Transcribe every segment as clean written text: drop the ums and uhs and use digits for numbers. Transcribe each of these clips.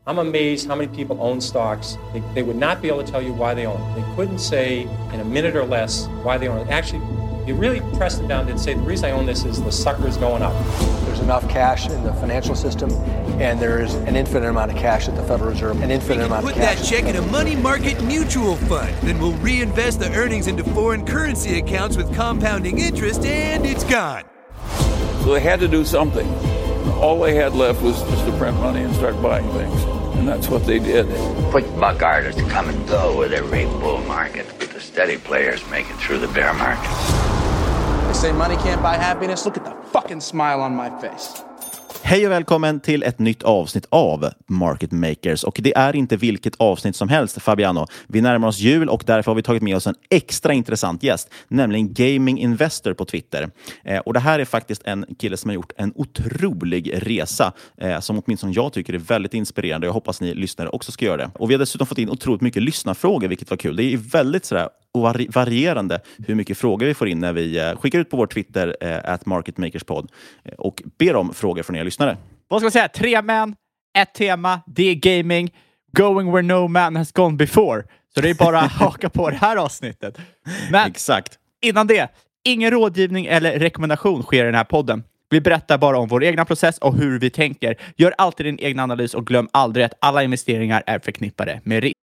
I'm amazed how many people own stocks. They would not be able to tell you why they own it. They couldn't say in a minute or less why they own it. Actually, you really press them down and say, the reason I own this is the sucker's going up. There's enough cash in the financial system, and there's an infinite amount of cash at the Federal Reserve. An infinite amount of cash. Put that check in a money market mutual fund. Then we'll reinvest the earnings into foreign currency accounts with compounding interest, and it's gone. So they had to do something. All they had left was just to print money and start buying things. And that's what they did. Put buck artists to come and go with every bull market, but the steady players make it through the bear market. They say money can't buy happiness. Look at the fucking smile on my face. Hej och välkommen till ett nytt avsnitt av Market Makers. Och det är inte vilket avsnitt som helst, Fabiano. Vi närmar oss jul och därför har vi tagit med oss en extra intressant gäst, nämligen Gaming Investor på Twitter. Och det här är faktiskt en kille som har gjort en otrolig resa som åtminstone jag tycker är väldigt inspirerande. Jag hoppas ni lyssnare också ska göra det. Och vi har dessutom fått in otroligt mycket lyssnarfrågor, vilket var kul. Det är väldigt sådär varierande hur mycket frågor vi får in när vi skickar ut på vår Twitter @marketmakerspod och ber om frågor från er lyssnare. Vad ska man säga? 3 män, ett tema, det är gaming, going where no man has gone before. Så det är bara att haka på det här avsnittet. Men exakt. Innan det, ingen rådgivning eller rekommendation sker i den här podden. Vi berättar bara om vår egna process och hur vi tänker. Gör alltid din egen analys och glöm aldrig att alla investeringar är förknippade med risk.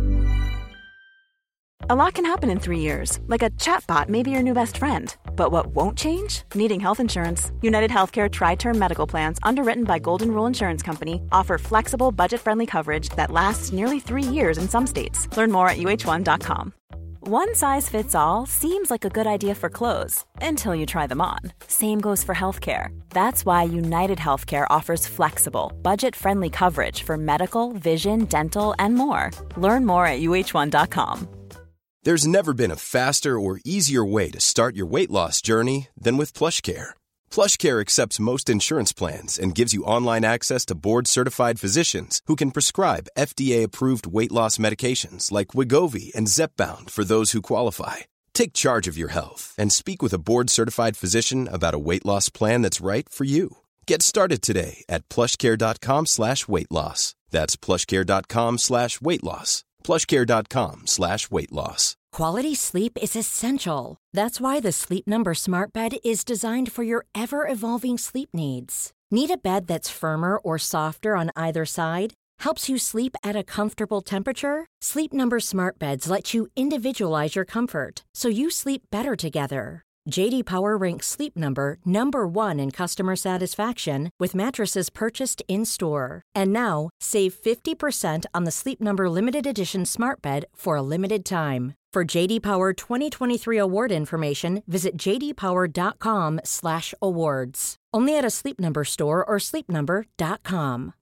A lot can happen in 3 years, like a chatbot may be your new best friend. But what won't change? Needing health insurance. United Healthcare Tri-Term Medical Plans, underwritten by Golden Rule Insurance Company, offer flexible, budget-friendly coverage that lasts nearly 3 years in some states. Learn more at uh1.com. One size fits all seems like a good idea for clothes until you try them on. Same goes for healthcare. That's why United Healthcare offers flexible, budget-friendly coverage for medical, vision, dental, and more. Learn more at uh1.com. There's never been a faster or easier way to start your weight loss journey than with PlushCare. PlushCare accepts most insurance plans and gives you online access to board-certified physicians who can prescribe FDA-approved weight loss medications like Wegovy and Zepbound for those who qualify. Take charge of your health and speak with a board-certified physician about a weight loss plan that's right for you. Get started today at plushcare.com/weightloss. That's plushcare.com/weightloss. plushcare.com/weightloss. Quality sleep is essential. That's why the Sleep Number Smart Bed is designed for your ever-evolving sleep needs. Need a bed that's firmer or softer on either side? Helps you sleep at a comfortable temperature? Sleep Number Smart Beds let you individualize your comfort, so you sleep better together. JD Power ranks Sleep Number #1 in customer satisfaction with mattresses purchased in-store. And now, save 50% on the Sleep Number Limited Edition Smart Bed for a limited time. For JD Power 2023 award information, visit jdpower.com/awards. Only at a Sleep Number store or sleepnumber.com.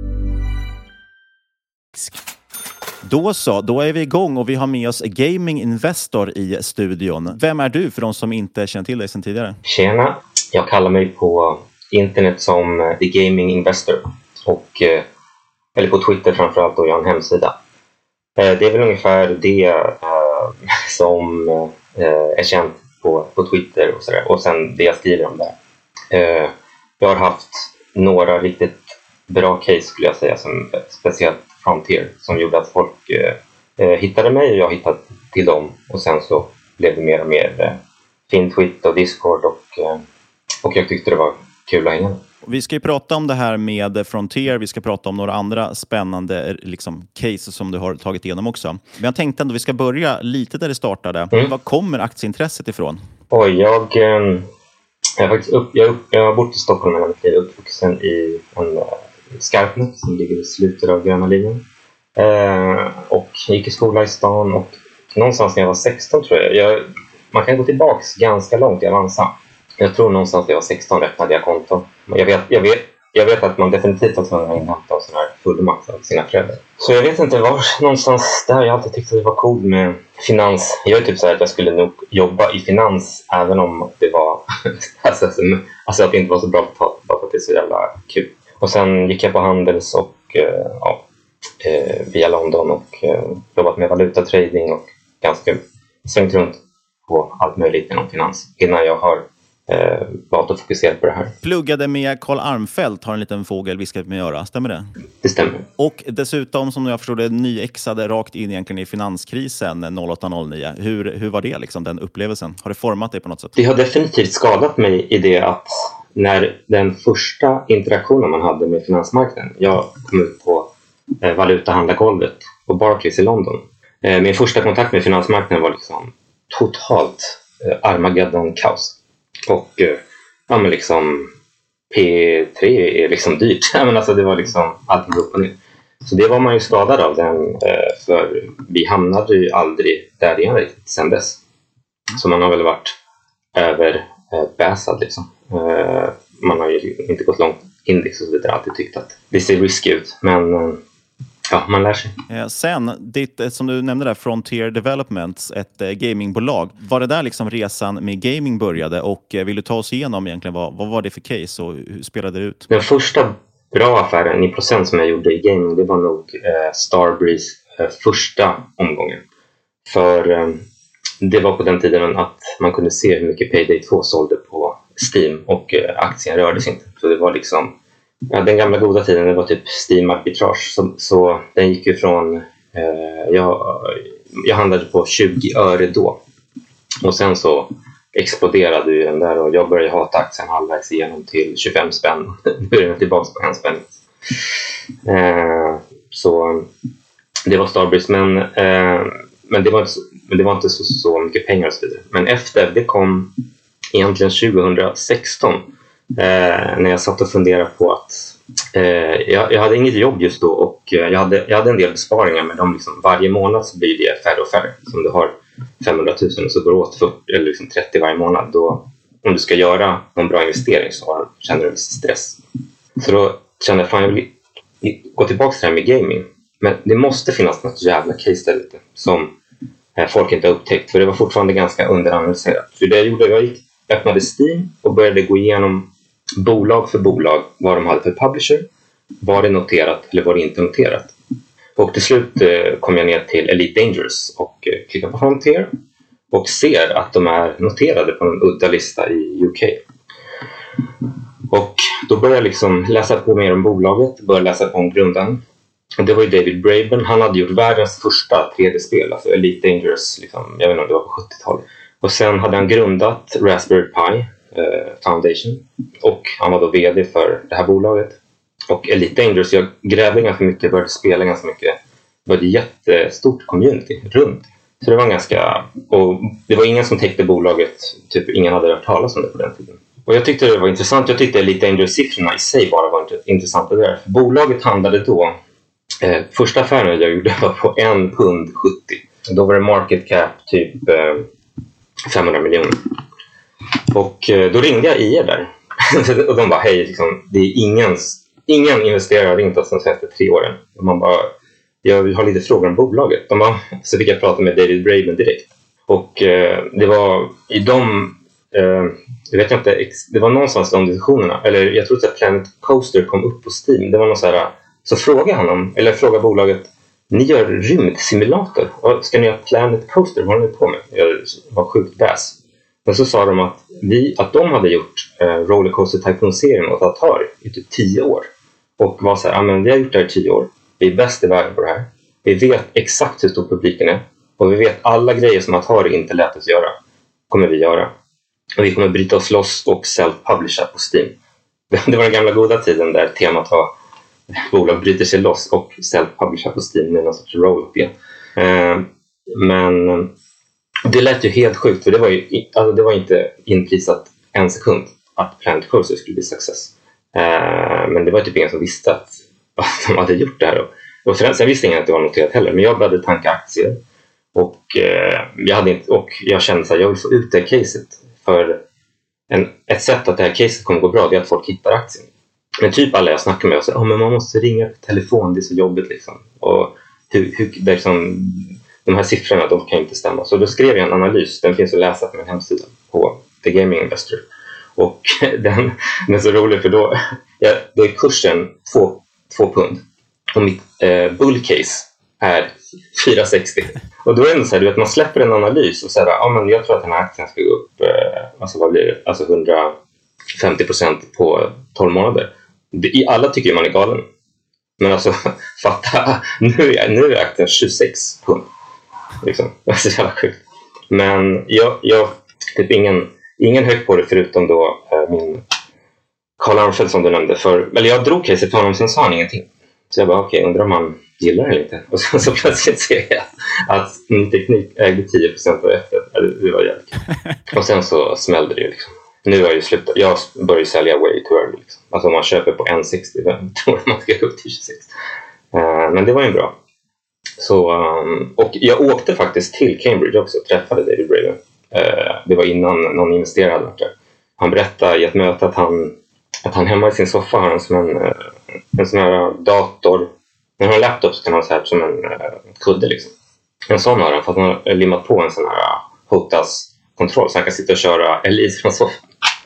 Då är vi igång och vi har med oss Gaming Investor i studion. Vem är du för de som inte känner till dig sedan tidigare? Tjena, jag kallar mig på internet som The Gaming Investor och eller på Twitter framförallt, och jag har en hemsida. Det är väl ungefär det som är känt på Twitter och sådär, och sen det jag skriver om där. Jag har haft några riktigt bra case skulle jag säga, som speciellt Frontier, som gjorde att folk hittade mig och jag hittade till dem, och sen så blev det mer och mer fin Twitter och Discord och jag tyckte det var kul att hänga. Vi ska ju prata om det här med Frontier, vi ska prata om några andra spännande cases som du har tagit igenom också. Men jag tänkte ändå vi ska börja lite där det startade. Var kommer aktieintresset ifrån? Oj, jag har bott i Stockholm hela mitt liv, uppvuxen i en Skarpnäck som ligger i slutet av Gröna linjen. Och jag gick i skola i stan, och någonstans när jag var 16 tror jag, man kan gå tillbaks ganska långt i Avanza. Jag tror någonstans när jag var 16 öppnade jag konto. Jag vet att man definitivt har tvungen att inhämta en sån här fullmakt av sina föräldrar. Så jag vet inte var någonstans där jag alltid tyckte det var cool med finans. Jag är typ så här att jag skulle nog jobba i finans även om det var alltså att det inte var så bra betalt, bara för att det är så jävla kul. Och sen gick jag på Handels och via London och jobbat med valutatrading och ganska svängt runt på allt möjligt inom finans innan jag har valt att fokusera på det här. Pluggade med Carl Armfelt, har en liten fågel viskat med öra. Stämmer det? Det stämmer. Och dessutom, som jag förstår det, nyexade rakt in egentligen i finanskrisen 08-09. Hur var det, liksom, den upplevelsen? Har det format dig på något sätt? Det har definitivt skadat mig i det att när den första interaktionen man hade med finansmarknaden, jag kom ut på valutahandlargolvet på Barclays i London. Min första kontakt med finansmarknaden var liksom totalt Armageddon-kaos. Och ja, men liksom P3 är liksom dyrt. Men alltså det var liksom allting upp och ner. Så det var man ju skadad av den, för vi hamnade ju aldrig där igen riktigt sen dess. Så man har väl varit överbäsad liksom. Man har ju inte gått långt index och så vidare, alltid tyckt att det ser risky ut. Men ja, man lär sig. Sen, ditt, som du nämnde där, Frontier Developments, ett gamingbolag. Var det där liksom resan med gaming började? Och vill du ta oss igenom egentligen, vad var det för case och hur spelade det ut? Den första bra affären i procent som jag gjorde i gaming, det var nog Starbreeze första omgången. För det var på den tiden att man kunde se hur mycket Payday 2 sålde på Steam och aktien rördes inte. Så det var liksom, ja, den gamla goda tiden, det var typ Steam-arbitrage. Så den gick ju från, jag handlade på 20 öre då. Och sen så exploderade ju den där och jag började hata aktien halvvägs igenom till 25 spänn. Nu är den tillbaka på 1 spänn. Så det var Starbreeze, men det var inte så mycket pengar och så vidare. Men efter, det kom egentligen 2016 när jag satt och funderade på att jag hade inget jobb just då och jag hade en del besparingar, men de liksom, varje månad så blir det färre och färre. Som du har 500 000 och så går det åt 40 eller liksom 30 varje månad. Då, om du ska göra någon bra investering så känner du en viss stress. Så då kände jag, fan, jag vill gå tillbaka till det här med gaming. Men det måste finnas något jävla case där lite som folk inte har upptäckt. För det var fortfarande ganska underanalyserat. För det jag gjorde, jag öppnade Steam och började gå igenom bolag för bolag vad de hade för publisher. Var det noterat eller var det inte noterat? Och till slut kom jag ner till Elite Dangerous och klickar på Frontier och ser att de är noterade på en udda lista i UK. Och då började jag liksom läsa på mer om bolaget, började läsa på om grundaren. Och det var ju David Braben, han hade gjort världens första 3D-spel, alltså Elite Dangerous, liksom, jag vet inte om det var på 70-talet. Och sen hade han grundat Raspberry Pi Foundation och han var då vd för det här bolaget. Och Elite Dangerous, jag grävde ganska mycket, började spela ganska mycket. Det var ett jättestort community runt. Så det var ganska, och det var ingen som täckte bolaget, typ ingen hade hört talas om det på den tiden. Och jag tyckte det var intressant, jag tyckte Elite Dangerous-siffrorna i sig bara var intressanta där. Bolaget handlade då, första affären jag gjorde var på £1,70. Då var det market cap typ 500 miljoner. Och då ringde jag i där. Och de bara, hej, liksom, det är ingen investerare har ringt oss de senaste 3 åren. Och man bara, jag har lite frågor om bolaget. De bara, så fick jag prata med David Braben direkt. Och det var i jag vet inte, det var någonstans i de diskussionerna. Eller jag tror att Planet Coaster kom upp på Steam. Det var någon så här, så frågade han om, eller frågade bolaget, ni gör rymdsimulator. Och ska ni göra Planet Coaster? Vad håller ni på med? Jag var sjukt bäs. Men så sa de att de hade gjort Rollercoaster Tycoon-serien åt Atari i typ 10 år. Och var så här, men vi har gjort det här i 10 år. Vi är bäst i världen på det här. Vi vet exakt hur stor publiken är. Och vi vet alla grejer som Atari inte lät oss göra. Kommer vi göra. Och vi kommer bryta oss loss och self-publisha på Steam. Det var den gamla goda tiden där temat var bolag bryter sig loss och self-publisha på Steam med någon sorts roll-up igen. Men det lät ju helt sjukt, för det var inte inprisat en sekund att Planet Coaster skulle bli success. Men det var typ ingen som visste att de hade gjort det här. Och sen visste ingen att det var noterat heller. Men jag började tanka aktier. Och jag kände att jag vill få ut det caset. För ett sätt att det här caset kommer gå bra, det är att folk hittar aktien. Men typ alla jag snackar med och säger, men man måste ringa på telefon, det är så jobbigt liksom. Och det är liksom, de här siffrorna, de kan inte stämma. Så då skrev jag en analys, den finns att läsa på min hemsida på The Gaming Investor. Och den är så rolig, för då är kursen 2 pund. Och mitt bullcase är 4,60. Och då är det så här, du vet, man släpper en analys och säger, men jag tror att den här aktien ska gå upp alltså vad blir det? Alltså 150% på 12 månader. Alla tycker man är galen. Men alltså, fatta, nu är aktien 26 pund. Liksom. Det är så jävla sjukt. Men jag typ ingen högt på det förutom då min Carl Armfelt som du nämnde. Eller jag drog caset till honom, sen sa han ingenting. Så jag bara, okej, undrar om han gillar det eller inte. Och så plötsligt ser jag att Ny Teknik ägde 10% på efter. Det var jävligt. Och sen så smällde det ju liksom. Nu har jag ju slutat. Jag börjar sälja way too early. Liksom. Alltså om man köper på 1,60, vem tror man ska gå upp till 26? Men det var ju bra. Så, och jag åkte faktiskt till Cambridge också och träffade David Braben. Det var innan någon investerare hade varit där. Han berättade i ett möte att han hemma i sin soffa har en sån här dator. När han har laptop så kan han ha så här som en kudde liksom. En sån har han för att han har limmat på en sån här HOTAS-kontroll så han kan sitta och köra LIS från soffan.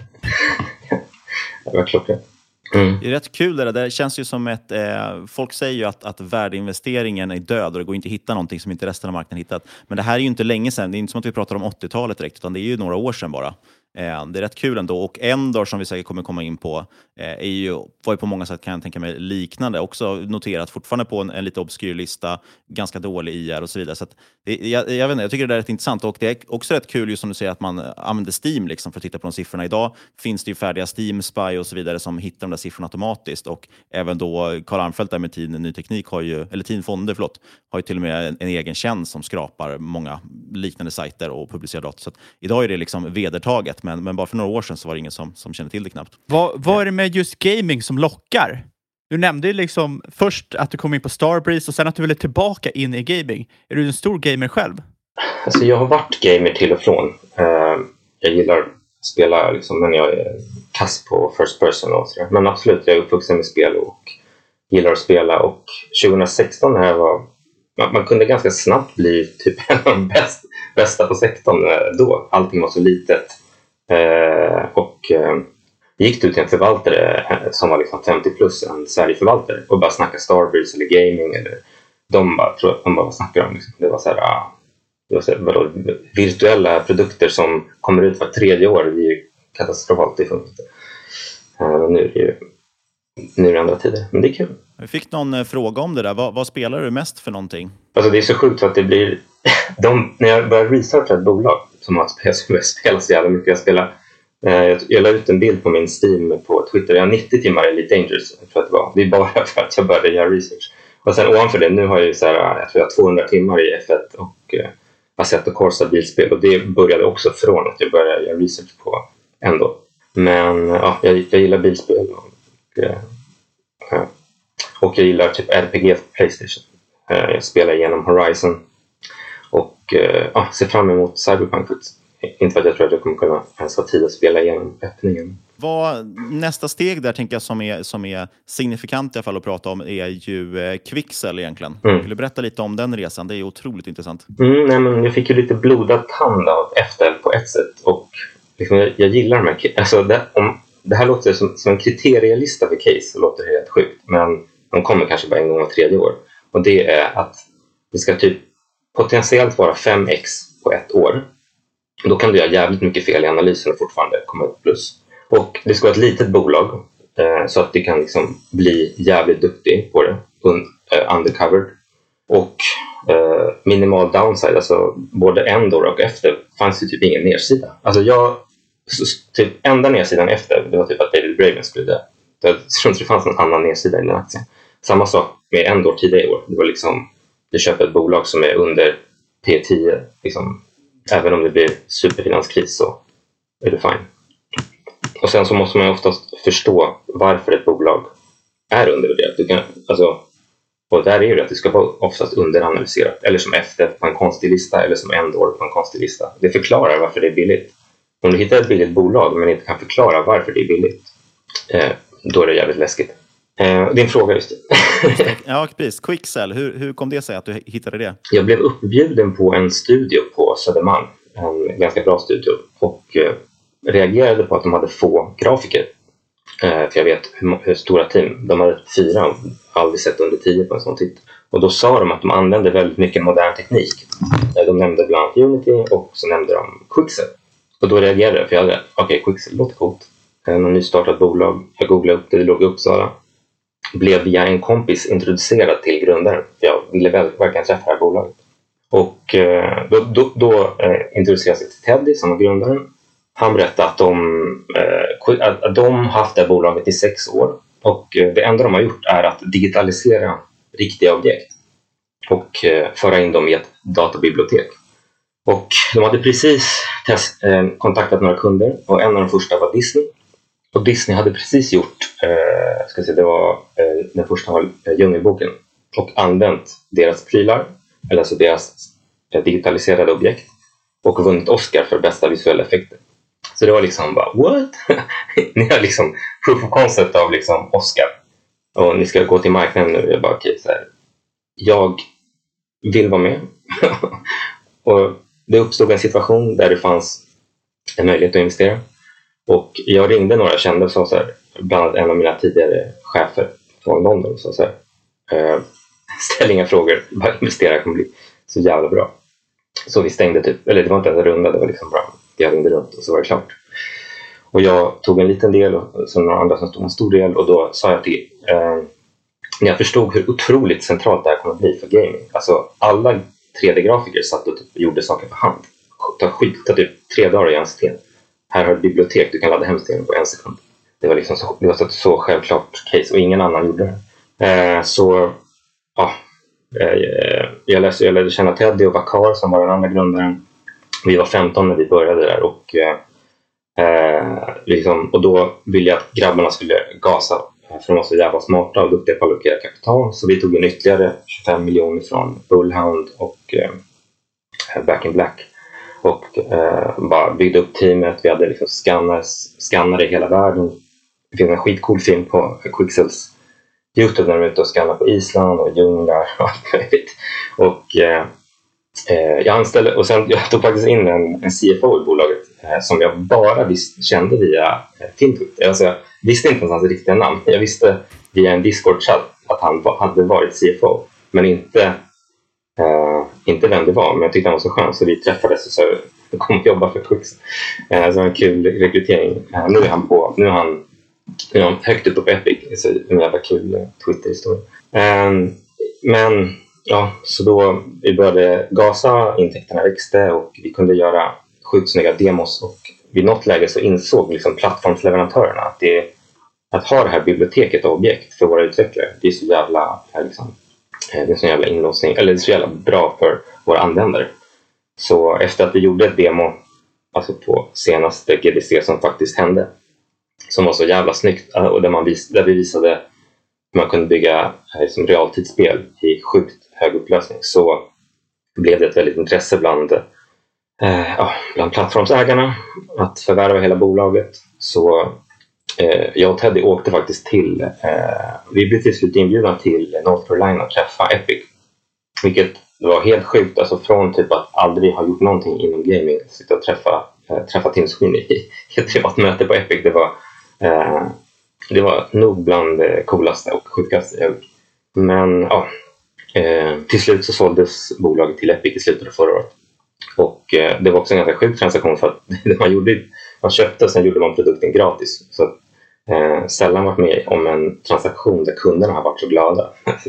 Det var klockrent. Det är rätt kul det där. Det känns ju som ett... folk säger ju att värdeinvesteringen är död och det går inte att hitta någonting som inte resten av marknaden hittat. Men det här är ju inte länge sedan. Det är inte som att vi pratar om 80-talet direkt, utan det är ju några år sedan bara. Det är rätt kul ändå. Och Endor som vi säkert kommer komma in på var ju på många sätt, kan jag tänka mig, liknande. Också noterat fortfarande på en lite obskyr lista, ganska dålig IR och så vidare. Så att jag vet inte, jag tycker det är rätt intressant. Och det är också rätt kul just som du säger att man använder Steam liksom för att titta på de siffrorna. Idag finns det ju färdiga Steam Spy och så vidare som hittar de där siffrorna automatiskt. Och även då Carl Armfelt där med Ny Teknik TIN Fonder har ju till och med en egen tjänst som skrapar många liknande sajter och publicerar data. Så att idag är det liksom vedertaget. Men bara för några år sedan så var det ingen som kände till det knappt. Vad är det med just gaming som lockar? Du nämnde ju liksom först att du kom in på Starbreeze och sen att du ville tillbaka in i gaming. Är du en stor gamer själv? Alltså jag har varit gamer till och från. Jag gillar att spela liksom, men jag är kass på first person och sådär. Men absolut, jag är uppvuxen med spel och gillar att spela. Och 2016 när jag var... Man kunde ganska snabbt bli typ en av de bästa på sektorn då. Allting var så litet. Gick du till en förvaltare som var liksom 50 plus, en Sverigeförvaltare och bara snacka Starbreeze eller gaming eller de bara snackade om liksom. Det var så här, virtuella produkter som kommer ut var 3:e år. Det är ju katastrofalt, det funkar inte. Nu är det andra tider, men det är kul. Vi fick någon fråga om det där. Vad spelar du mest för någonting? Alltså det är så sjukt för att det blir när jag börjar researcha ett bolag som har spelat så jävla mycket. Jag la ut en bild på min Steam på Twitter. Jag har 90 timmar i Elite Dangerous. Det är bara för att jag började göra research. Och sen ovanför det, nu har jag ju så här, jag tror jag har 200 timmar i F1 och Assetto Corsa bilspel. Och det började också från att jag började göra research på ändå. Men ja, jag gillar bilspel och jag gillar typ RPG på PlayStation. Jag spelar igenom Horizon och ser fram emot Cyberpunk. Inte för att jag tror att jag kommer kunna ens ha tid att spela igenom öppningen. Nästa steg där tänker jag som är signifikant i alla fall att prata om är ju Quixel egentligen. Vill du berätta lite om den resan? Det är otroligt intressant. Nej, men jag fick ju lite blodad tand av FTL på ett sätt och liksom, jag gillar de här. Alltså det här låter som en kriterielista för case, så låter det helt sjukt. Men de kommer kanske bara en gång var 3:e år. Och det är att det ska typ potentiellt vara 5x på ett år. Då kan du göra jävligt mycket fel i analysen och fortfarande komma upp plus. Och det ska vara ett litet bolag så att det kan liksom bli jävligt duktig på det. Undercovered. Och minimal downside. Alltså både Endor och efter fanns ju typ ingen nedsida. Alltså typ enda nedsidan efter, det var typ att David Braben skulle dö. Jag tror inte det fanns någon annan nedsida i den aktien. Samma sak med Endor tidigare i år. Det var liksom, du köper ett bolag som är under P10 liksom. Även om det blir superfinanskris så är det fine. Och sen så måste man ju oftast förstå varför ett bolag är undervärderat. Och där är det att det ska vara oftast underanalyserat. Eller som efter på en konstig lista eller som Endor på en konstig lista. Det förklarar varför det är billigt. Om du hittar ett billigt bolag men inte kan förklara varför det är billigt, då är det jävligt läskigt. Din fråga just det. Ja, precis. Quixel, hur kom det sig att du hittade det? Jag blev uppbjuden på en studio på Södermalm. En ganska bra studio. Och reagerade på att de hade få grafiker. För jag vet hur stora team. De hade 4 och aldrig sett under 10 på en sån titt. Och då sa de att de använde väldigt mycket modern teknik. De nämnde bland annat Unity och så nämnde de Quixel. Och då reagerade jag, för jag hade, Quixel låter coolt. Någon nystartat bolag, jag googlade upp det låg i Uppsala. Blev via en kompis introducerad till grundaren. Jag ville verkligen träffa det här bolaget. Och då introducerades jag till Teddy som var grundaren. Han berättade att de haft det här bolaget i 6 år. Och det enda de har gjort är att digitalisera riktiga objekt. Och föra in dem i ett databibliotek. Och de hade precis kontaktat några kunder. Och en av de första var Disney. Och Disney hade precis gjort, den första var Djungelboken. Och använt deras prylar, eller alltså deras digitaliserade objekt. Och vunnit Oscar för bästa visuella effekter. Så det var liksom bara, what? Ni har liksom proof of concept av liksom Oscar. Och ni ska gå till marknaden nu. Jag bara, så här, jag vill vara med. Och det uppstod en situation där det fanns en möjlighet att investera. Och jag ringde några kända och sa så här, bland annat en av mina tidigare chefer från London och sa så här, ställ inga frågor, bara investera, kommer bli så jävla bra. Så vi stängde typ, eller det var inte en runda, det var liksom bra. Jag ringde runt och så var det klart. Och jag tog en liten del och så några andra som tog en stor del, och då sa jag till när jag förstod hur otroligt centralt det här kommer bli för gaming. Alltså alla 3D-grafiker satt och typ gjorde saker för hand. Ta typ 3 dagar i en sten. Här har ett bibliotek, du kan ladda hem stenen på 1 sekund. Det var liksom så självklart case, och ingen annan gjorde det. Jag lärde känna Teddy och Vakar som var den andra grundaren. Vi var 15 när vi började där, och och då ville jag att grabbarna skulle gasa, för de var så jävla smarta och duktiga på att allokera kapital. Så vi tog en ytterligare 25 miljoner från Bullhound och Back in Black. Och bara byggde upp teamet. Vi hade liksom skannare i hela världen. Det finns en skitcool film på Quixels YouTube när de är ute och skannar på Island och djunglar och allt möjligt. Och jag anställde, och sen jag tog faktiskt in en CFO i bolaget som jag bara kände via Tintwit. Alltså jag visste inte hans riktiga namn. Jag visste via en Discord-chatt att han hade varit CFO, men inte vem det var. Men jag tyckte han var så skön, så vi träffades och så jag kom och jobba för Quix. Så det var en kul rekrytering. Nu är han högt upp på Epic. Så en jävla kul Twitter-historia. Men ja, så då vi började gasa, intäkterna växte och vi kunde göra sjukt snygga demos, och vid något läge så insåg liksom plattformsleverantörerna att ha det här biblioteket av objekt för våra utvecklare, det är så jävla det är så jävla inlåsning, eller det är så jävla bra för våra användare. Så efter att vi gjorde ett demo, alltså på senaste GDC som faktiskt hände, som var så jävla snyggt, och där vi visade hur man kunde bygga som realtidsspel i sjukt hög upplösning, så blev det ett väldigt intresse bland plattformsägarna att förvärva hela bolaget. Så jag och Teddy åkte faktiskt vi blev till slut inbjudna till North Carolina att träffa Epic, vilket var helt sjukt, alltså från typ att aldrig ha gjort någonting inom gaming, sitta och träffa Tim Sweeney i ett privat möte på Epic. Det var nog bland det coolaste och sjukaste jag gjort. Men till slut så såldes bolaget till Epic i slutet av förra året. Och det var också en ganska sjuk transaktion, för att det man köpte och sen gjorde man produkten gratis. Så sällan varit med om en transaktion där kunderna har varit så glada.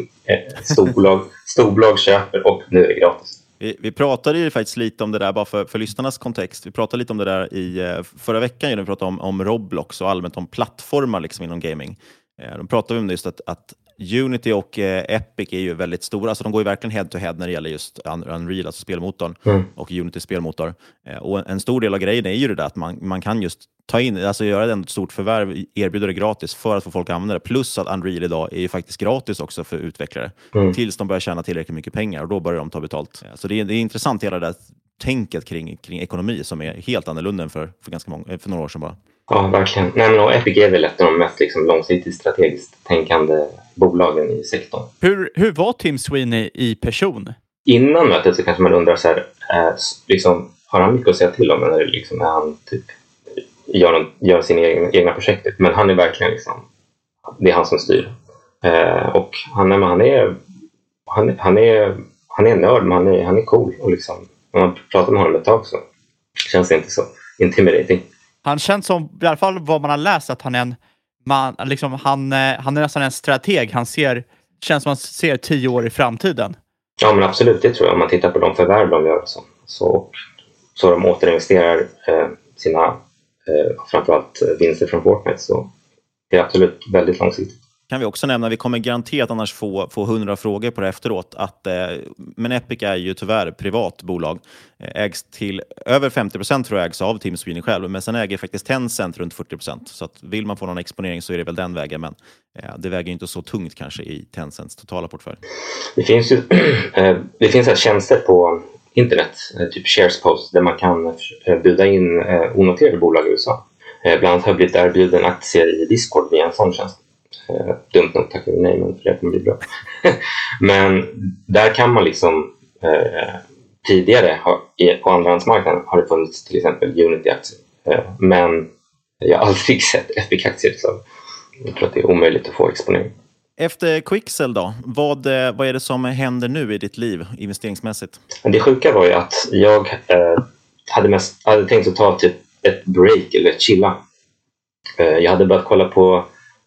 Storbolag köper och nu är det gratis. Vi pratade ju faktiskt lite om det där, bara för lyssnarnas kontext. Vi pratade lite om det där i förra veckan när vi pratade om Roblox och allmänt om plattformar liksom inom gaming. De pratade om just att Unity och Epic är ju väldigt stora. Alltså de går ju verkligen head to head när det gäller just Unreal, alltså spelmotorn, och Unity spelmotor. Och en stor del av grejen är ju det där att man kan just ta in, alltså göra ett stort förvärv, erbjuda det gratis för att få folk att använda det. Plus att Unreal idag är ju faktiskt gratis också för utvecklare. Tills de börjar tjäna tillräckligt mycket pengar, och då börjar de ta betalt. Så det är intressant hela det där tänket kring ekonomi som är helt annorlunda än för några år sedan bara. Ja, verkligen. Nej, men Epic är väl ett av de mest liksom långsiktigt strategiskt tänkande bolagen i sektorn. Hur var Tim Sweeney i person? Innan mötet så kanske man undrar så här, liksom, har han mycket att säga till om, eller liksom, när han typ gör sina egna projektet. Men han är verkligen liksom, det är han som styr. Och han är nörd, men han är cool, och liksom, när man pratar med honom ett tag så känns det inte så. intimidating. Han känns som, i alla fall vad man har läst, att han är han är nästan en strateg. Känns som han ser 10 år i framtiden. Ja, men absolut, det tror jag. Om man tittar på de förvärv de gör så de återinvesterar sina framförallt vinster från Fortnite, så det är absolut väldigt långsiktigt. Kan vi också nämna, vi kommer garanterat annars få 100 frågor på det efteråt, men Epic är ju tyvärr privat bolag. Ägs till över 50% tror jag ägs av Team Sweeney själv, men sen äger faktiskt Tencent runt 40%. Så att vill man få någon exponering så är det väl den vägen, men det väger inte så tungt kanske i Tencents totala portfölj. Det finns här tjänster på internet, typ Sharespost, där man kan bjuda in onoterade bolag i USA. Bland annat har jag blivit erbjuden aktier i Discord via en sån tjänst. Dumt nog, tack för nej, men för det kommer bli bra. Men där kan man liksom tidigare på andrahandsmarknaden har det funnits till exempel Unity-aktier. Men jag har aldrig sett Epic-aktier, så jag tror att det är omöjligt att få exponering. Efter Quixel då, vad är det som händer nu i ditt liv investeringsmässigt? Det sjuka var ju att jag hade tänkt att ta typ ett break eller chilla. Jag hade börjat kolla på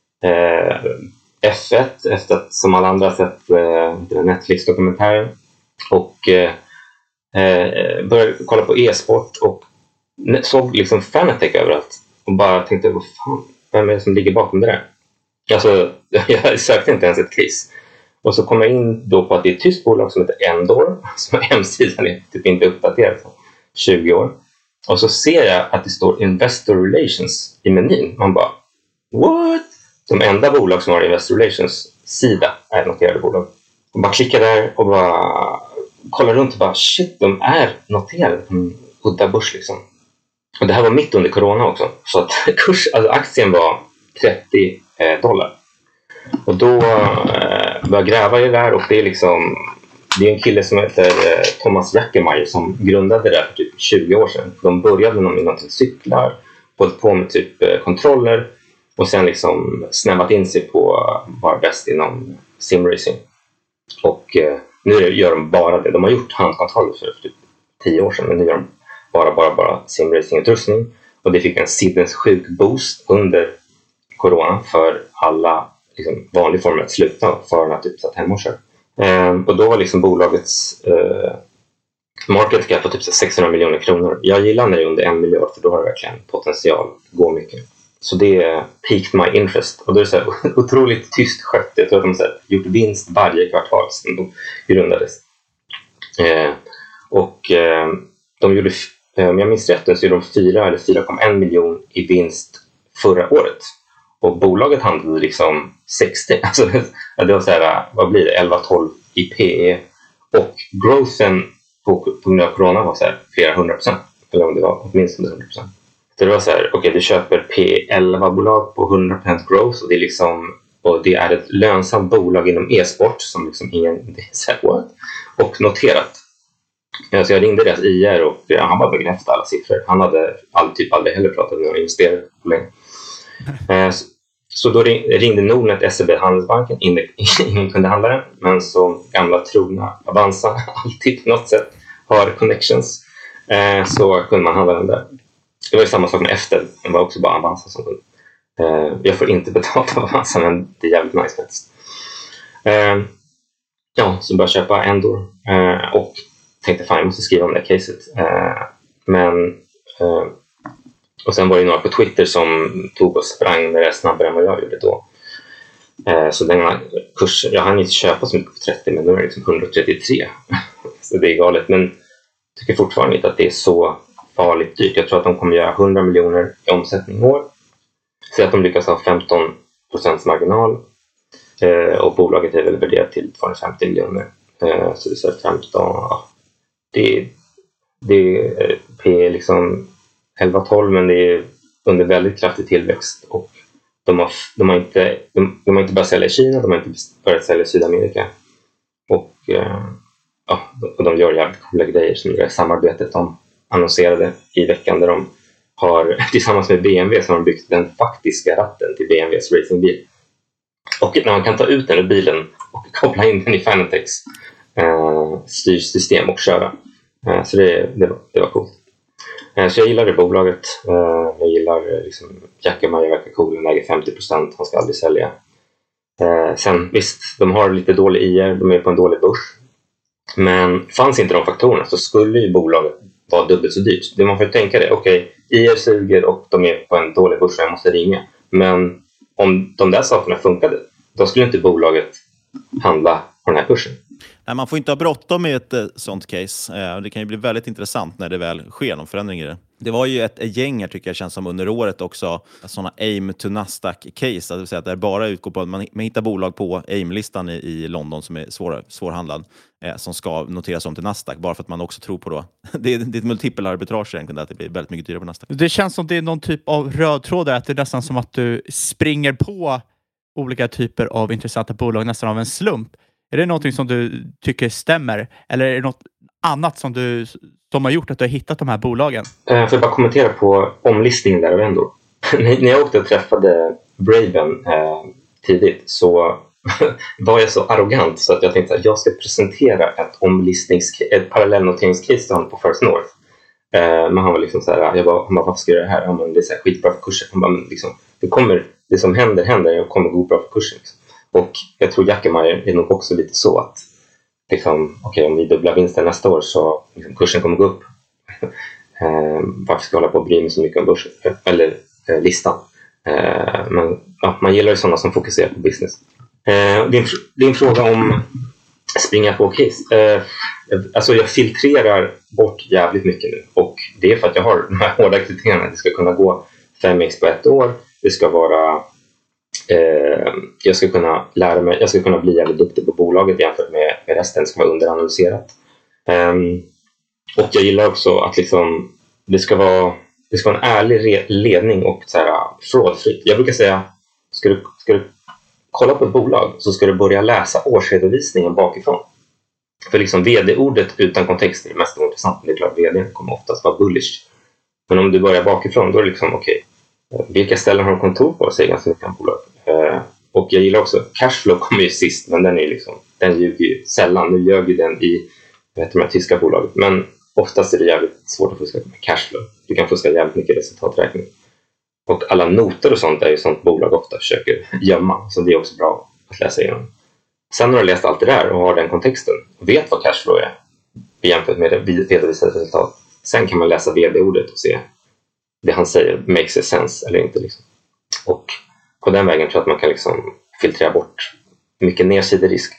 F1 efter att som alla andra sett Netflix-dokumentären och började kolla på e-sport och såg liksom Fanatec överallt och bara tänkte, vad fan, vem är det som ligger bakom det där? Alltså, jag sökte inte ens ett case. Och så kom jag in då på att det är ett tyst bolag som heter Endor, som hemsidan är typ inte uppdaterad på 20 år. Och så ser jag att det står Investor Relations i menyn. Man bara, what? De enda bolag som har Investor Relations sida är noterade bolag. Och bara klickar där och bara kollar runt och bara, shit, de är noterade. Udda börs liksom. Och det här var mitt under corona också. Så att aktien var $30. Och då började jag gräva i det där, och det är liksom, det är en kille som heter Thomas Jackemeyer som grundade det där för typ 20 år sedan. De började med någonting cyklar, hållit på med typ kontroller och sen liksom snävat in sig på att vara bäst inom simracing. Och nu gör de bara det. De har gjort handkontroller för typ 10 år sedan, men nu gör de bara simracing-utrustning. Och det fick en sinnessjuk boost under corona för alla liksom, vanlig form att sluta för att typ satt hemma och kör. Och då var liksom bolagets market cap på typ 600 miljoner kronor. Jag gillar när det är under 1 miljard, för då har det verkligen potential att gå mycket. Så det piqued my interest. Och då är det så här otroligt tyst skött. Jag tror att de har gjort vinst varje kvartal sedan de grundades. De gjorde, om jag minns rätt, så gjorde de 4 eller 4,1 miljon i vinst förra året. Och bolaget handlade liksom 60. Alltså det var så här, vad blir det? 11-12 i PE. Och growthen på grund av corona var så här flera 100%. Eller om det var åtminstone 100%. Så det var så här, okej, du köper P11-bolag på 100% growth, och det är liksom, och det är ett lönsamt bolag inom e-sport som liksom ingen, det är så här, what? Och noterat. Så jag ringde deras IR och han bara bekräftade alla siffror. Han hade aldrig heller pratat med några investerare på länge. Så då ringde Nordnet SEB Handelsbanken, ingen kunde handla den, men så gamla trogna Avanza alltid på något sätt har connections, så kunde man handla den där. Det var ju samma sak med Efter, det var också bara Avanza som kunde. Jag får inte betalt av Avanza, men det är jävligt nice faktiskt. Så började jag köpa Endor och tänkte fan, jag måste skriva om det här caset. Och sen var det några på Twitter som tog och sprang med det snabbare än vad jag gjorde då. Så den här kursen, jag hann inte köpa så mycket på 30, men nu är det liksom 133. Så det är galet, men jag tycker fortfarande inte att det är så farligt dyrt. Jag tror att de kommer göra 100 miljoner i omsättning i år. Så att de lyckas ha 15% marginal. Och bolaget är väl värderat till 250 miljoner. Så det är 15, det är P liksom 11-12, men det är under väldigt kraftig tillväxt, och de har inte börjat sälja i Kina, de har inte börjat sälja i Sydamerika, och de gör jävligt coola grejer, som det samarbetet de annonserade i veckan, där de har tillsammans med BMW som har byggt den faktiska ratten till BMWs racingbil, och när man kan ta ut den ur bilen och koppla in den i Fanatec's styrsystem och köra, så det var coolt. Så jag gillar det bolaget. Jag gillar liksom, Jackemeyer verkar cool, den äger 50%, han ska aldrig sälja. Sen visst, de har lite dålig IR, de är på en dålig börs. Men fanns inte de faktorerna så skulle ju bolaget vara dubbelt så dyrt. Det man får tänka det, okej, IR suger och de är på en dålig börs och jag måste ringa. Men om de där sakerna funkade, då skulle inte bolaget handla på den här kursen. Nej, man får inte ha bråttom med ett sånt case. Det kan ju bli väldigt intressant när det väl sker någon förändring i det. Det var ju ett gäng här, tycker jag, känns som under året också, sådana AIM to Nasdaq-case. Det vill säga att det bara utgår på att man hittar bolag på AIM-listan i London som är svårhandlad, som ska noteras om till Nasdaq, bara för att man också tror på då. Det är ett multipel arbitrage egentligen, att det blir väldigt mycket dyrare på Nasdaq. Det känns som det är någon typ av röd tråd där, att det är nästan som att du springer på olika typer av intressanta bolag nästan av en slump. Är det någonting som du tycker stämmer? Eller är det något annat som har gjort att du har hittat de här bolagen? Får jag bara kommentera på omlistningen där av ändå. När jag åkte och träffade Braven tidigt så var jag så arrogant så att jag tänkte att jag ska presentera ett parallellnoteringscase till honom på First North. Men han var liksom så här, han bara, varför ska jag göra det här? Men det är så här skitbra för kursen. Han bara, men liksom, det som händer och kommer gå bra för kursen. Liksom. Och jag tror Jackemeyer är nog också lite så att liksom, okej, om vi dubblar vinsten nästa år så liksom, kursen kommer gå upp. Varför ska jag hålla på och bry mig så mycket om börsen eller listan? Men ja, man gillar ju sådana som fokuserar på business. Det är en fråga om springa på case. Alltså jag filtrerar bort jävligt mycket nu. Och det är för att jag har de här hårda kriterierna. Det ska kunna gå 5x på ett år. Det ska vara... jag ska kunna lära mig, jag ska kunna bli jävligt duktig på bolaget jämfört med resten, ska vara underanalyserat. Och jag gillar också att liksom, det ska vara en ärlig ledning och så här, fraudfritt. Jag brukar säga, ska du kolla på ett bolag så ska du börja läsa årsredovisningen bakifrån. För liksom vd-ordet utan kontext är det mest intressant. Det är klart, vd kommer oftast vara bullish. Men om du börjar bakifrån, då är det liksom okej. Vilka ställen har de kontor på, säger ganska mycket om bolag. Och jag gillar också, cashflow kommer ju sist, men den ljuger ju sällan. Nu ljög ju den i de här tyska bolaget. Men oftast är det jävligt svårt att fuska med cashflow. Du kan fuska jävligt mycket resultaträkning. Och alla noter och sånt är ju sånt bolag ofta försöker gömma. Så det är också bra att läsa igenom. Sen när du har läst allt det där och har den kontexten och vet vad cashflow är jämfört med det redovisade resultat. Sen kan man läsa vd-ordet och se det han säger makes sense eller inte. Liksom. Och på den vägen tror jag att man kan liksom filtrera bort mycket nedsiderisk.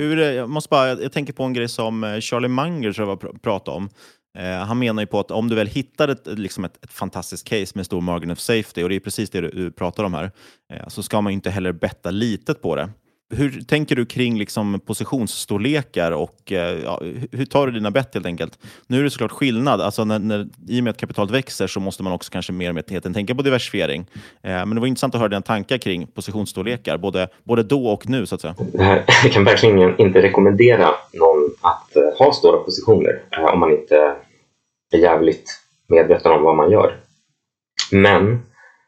Jag tänker på en grej som Charlie Munger tror jag pratade om. Han menar ju på att om du väl hittar ett fantastiskt case med stor margin of safety, och det är precis det du pratar om här, så ska man ju inte heller betta litet på det. Hur tänker du kring liksom positionsstorlekar och hur tar du dina bett helt enkelt? Nu är det såklart skillnad. Alltså i och med att kapitalet växer så måste man också kanske mer och mer tänka på diversifiering. Men det var intressant att höra dina tankar kring positionsstorlekar, både då och nu så att säga. Jag kan verkligen inte rekommendera någon att ha stora positioner om man inte är jävligt medveten om vad man gör. Men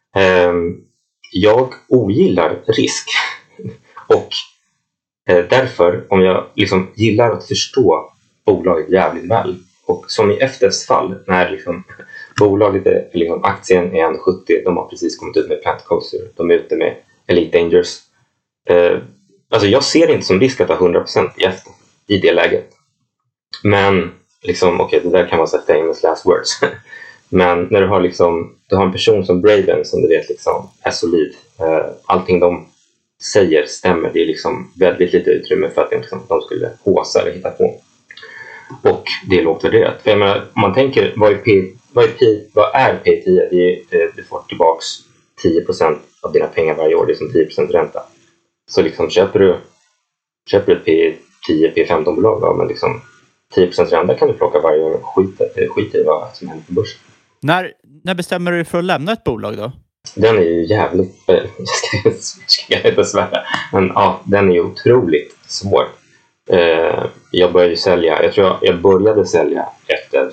jag ogillar risk. Och därför, om jag liksom gillar att förstå bolaget jävligt väl, och som i FDFs fall, när liksom bolaget är, liksom aktien är 1,70, de har precis kommit ut med Plant Coaster, de är ute med Elite Dangerous. Alltså jag ser inte som risk att ha 100% i det läget. Men liksom, okej, det där kan vara så famous last words. Men när du har en person som Braven som du vet liksom är solid, allting de säger stämmer, det är liksom väldigt lite utrymme för att de skulle håsa eller hitta på. Och det är lågt värderat. För jag menar, om man tänker, vad är P10? Du får tillbaks 10% av dina pengar varje år, det är som 10% ränta. Så liksom köper du ett P10, P15-bolag, men liksom 10% ränta kan du plocka varje år och skita i vad som händer på börsen. När bestämmer du dig för att lämna ett bolag då? Den är ju jävligt, jag inte svära, men ja, den är ju otroligt svår. Jag började sälja, jag tror jag började sälja efter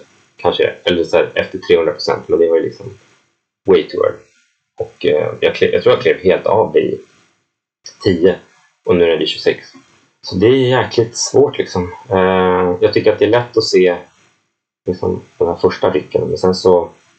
300%, men det var ju liksom way too early. Och jag tror jag klev helt av i 10 och nu är det 26. Så det är jäkligt svårt liksom. Jag tycker att det är lätt att se liksom, den här första rycken, men sen så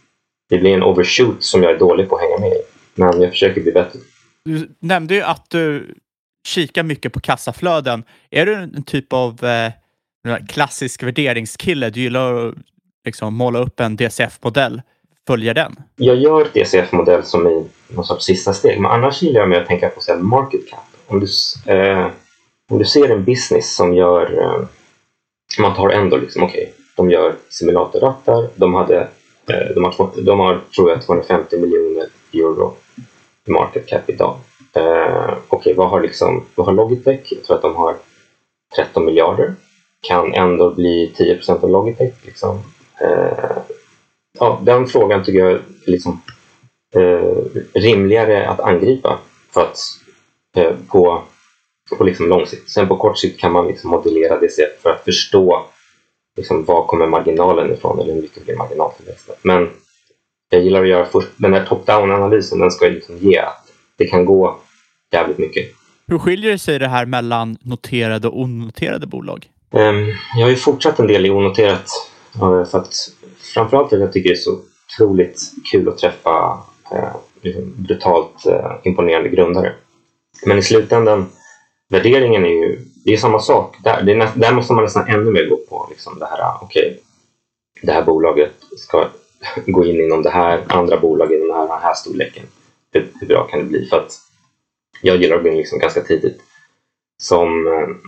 det blir en overshoot som jag är dålig på att hänga med i. Men jag försöker bli bättre. Du nämnde ju att du kikar mycket på kassaflöden. Är du en typ av klassisk värderingskille? Du gillar att liksom måla upp en DCF-modell. Följer den? Jag gör DCF-modell som i någon sorts sista steg. Men annars gillar jag med att tänka på så här market cap. Om du ser en business som gör... man tar ändå liksom, okej, de gör simulatorrattar. De har tror jag 250 miljoner euro i market cap idag. Okej, vad har Logitech? Jag tror att de har 13 miljarder. Kan ändå bli 10% av Logitech liksom. Den frågan tycker jag är liksom rimligare att angripa för att på liksom lång sikt. Sen på kort sikt kan man liksom modellera det för att förstå liksom, var kommer marginalen ifrån eller hur mycket blir marginaltillväxten. Men jag gillar att göra först den här top-down-analysen, den ska liksom ge att det kan gå jävligt mycket. Hur skiljer det sig det här mellan noterade och onoterade bolag? Jag har ju fortsatt en del i onoterat för att framförallt att jag tycker det är så otroligt kul att träffa brutalt imponerande grundare. Men i slutändan, värderingen det är samma sak. Där måste man nästan ännu mer gå på liksom det här, det här bolaget ska gå in inom det här, andra bolag inom den här storleken. Hur bra kan det bli? För att jag gillar att gå in liksom ganska tidigt. Som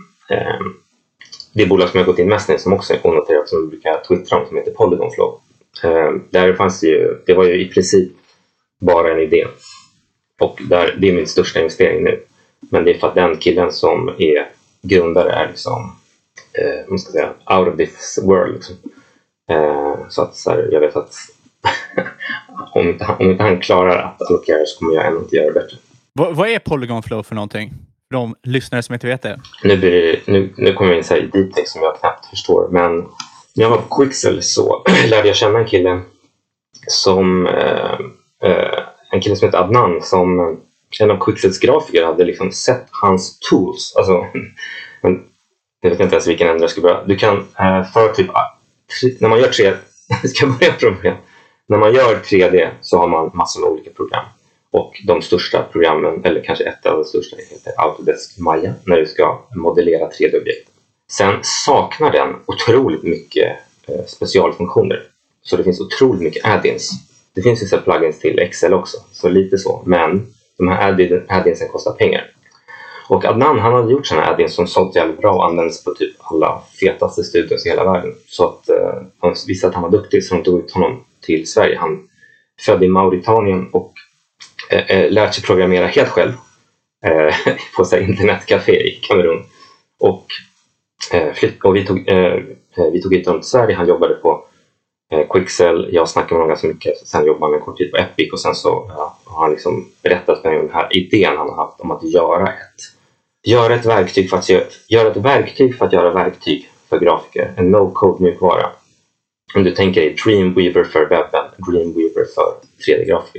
det bolag som jag gått in mest i, som också är onoterat, som vi brukar twittra om, som heter Polygon Flow. Där fanns det var ju i princip bara en idé. Och det är min största investering nu. Men det är för att den killen som är grundare är liksom, man ska säga, out of this world. Liksom. Så att jag vet att om inte han klarar att allokera så kommer jag ändå inte göra det bättre. Vad är Polygon Flow för någonting? För de lyssnare som inte vet det. Nu kommer jag in så här i deep som jag knappt förstår. Men när jag var på Quixel så lärde jag känna en kille som heter Adnan, som en av Quixels grafiker hade liksom sett hans tools. Alltså, jag vet inte ens vilken ände jag ska börja. Du kan för typ när man gör 3D ska jag börja från. När man gör 3D så har man massor med olika program. Och de största programmen, eller kanske ett av de största, heter Autodesk Maya, när du ska modellera 3D-objekt. Sen saknar den otroligt mycket specialfunktioner. Så det finns otroligt mycket add-ins. Det finns ju så plugins till Excel också, så lite så. Men de här add-insen kostar pengar. Och Adnan, han hade gjort sådana add-ins som sålt jävligt bra och används på typ alla fetaste studios i hela världen. Så att han visste att han var duktig, så de tog ut honom till Sverige. Han födde i Mauritanien och lärt sig programmera helt själv på så internetcafé i Kamerun. Och vi tog hit honom till Sverige. Han jobbade på Quixel. Jag snackade med honom ganska mycket. Sen jobbade han en kort tid på Epic. Och sen så har han liksom berättat för mig om den här idén han har haft om att göra ett verktyg för att göra verktyg för grafiker. En no-code mjukvara. Om du tänker dig Dreamweaver för webben, Dreamweaver för 3D-grafiker.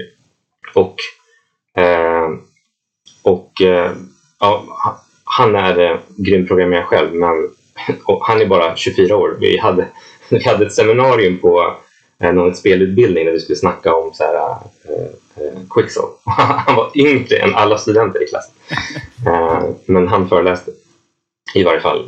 Han är grym programmerare själv, men han är bara 24 år. Vi hade ett seminarium på någon spelutbildning där vi skulle snacka om så här, Quixel. Han var yngre än alla studenter i klassen. Men han föreläste. I varje fall.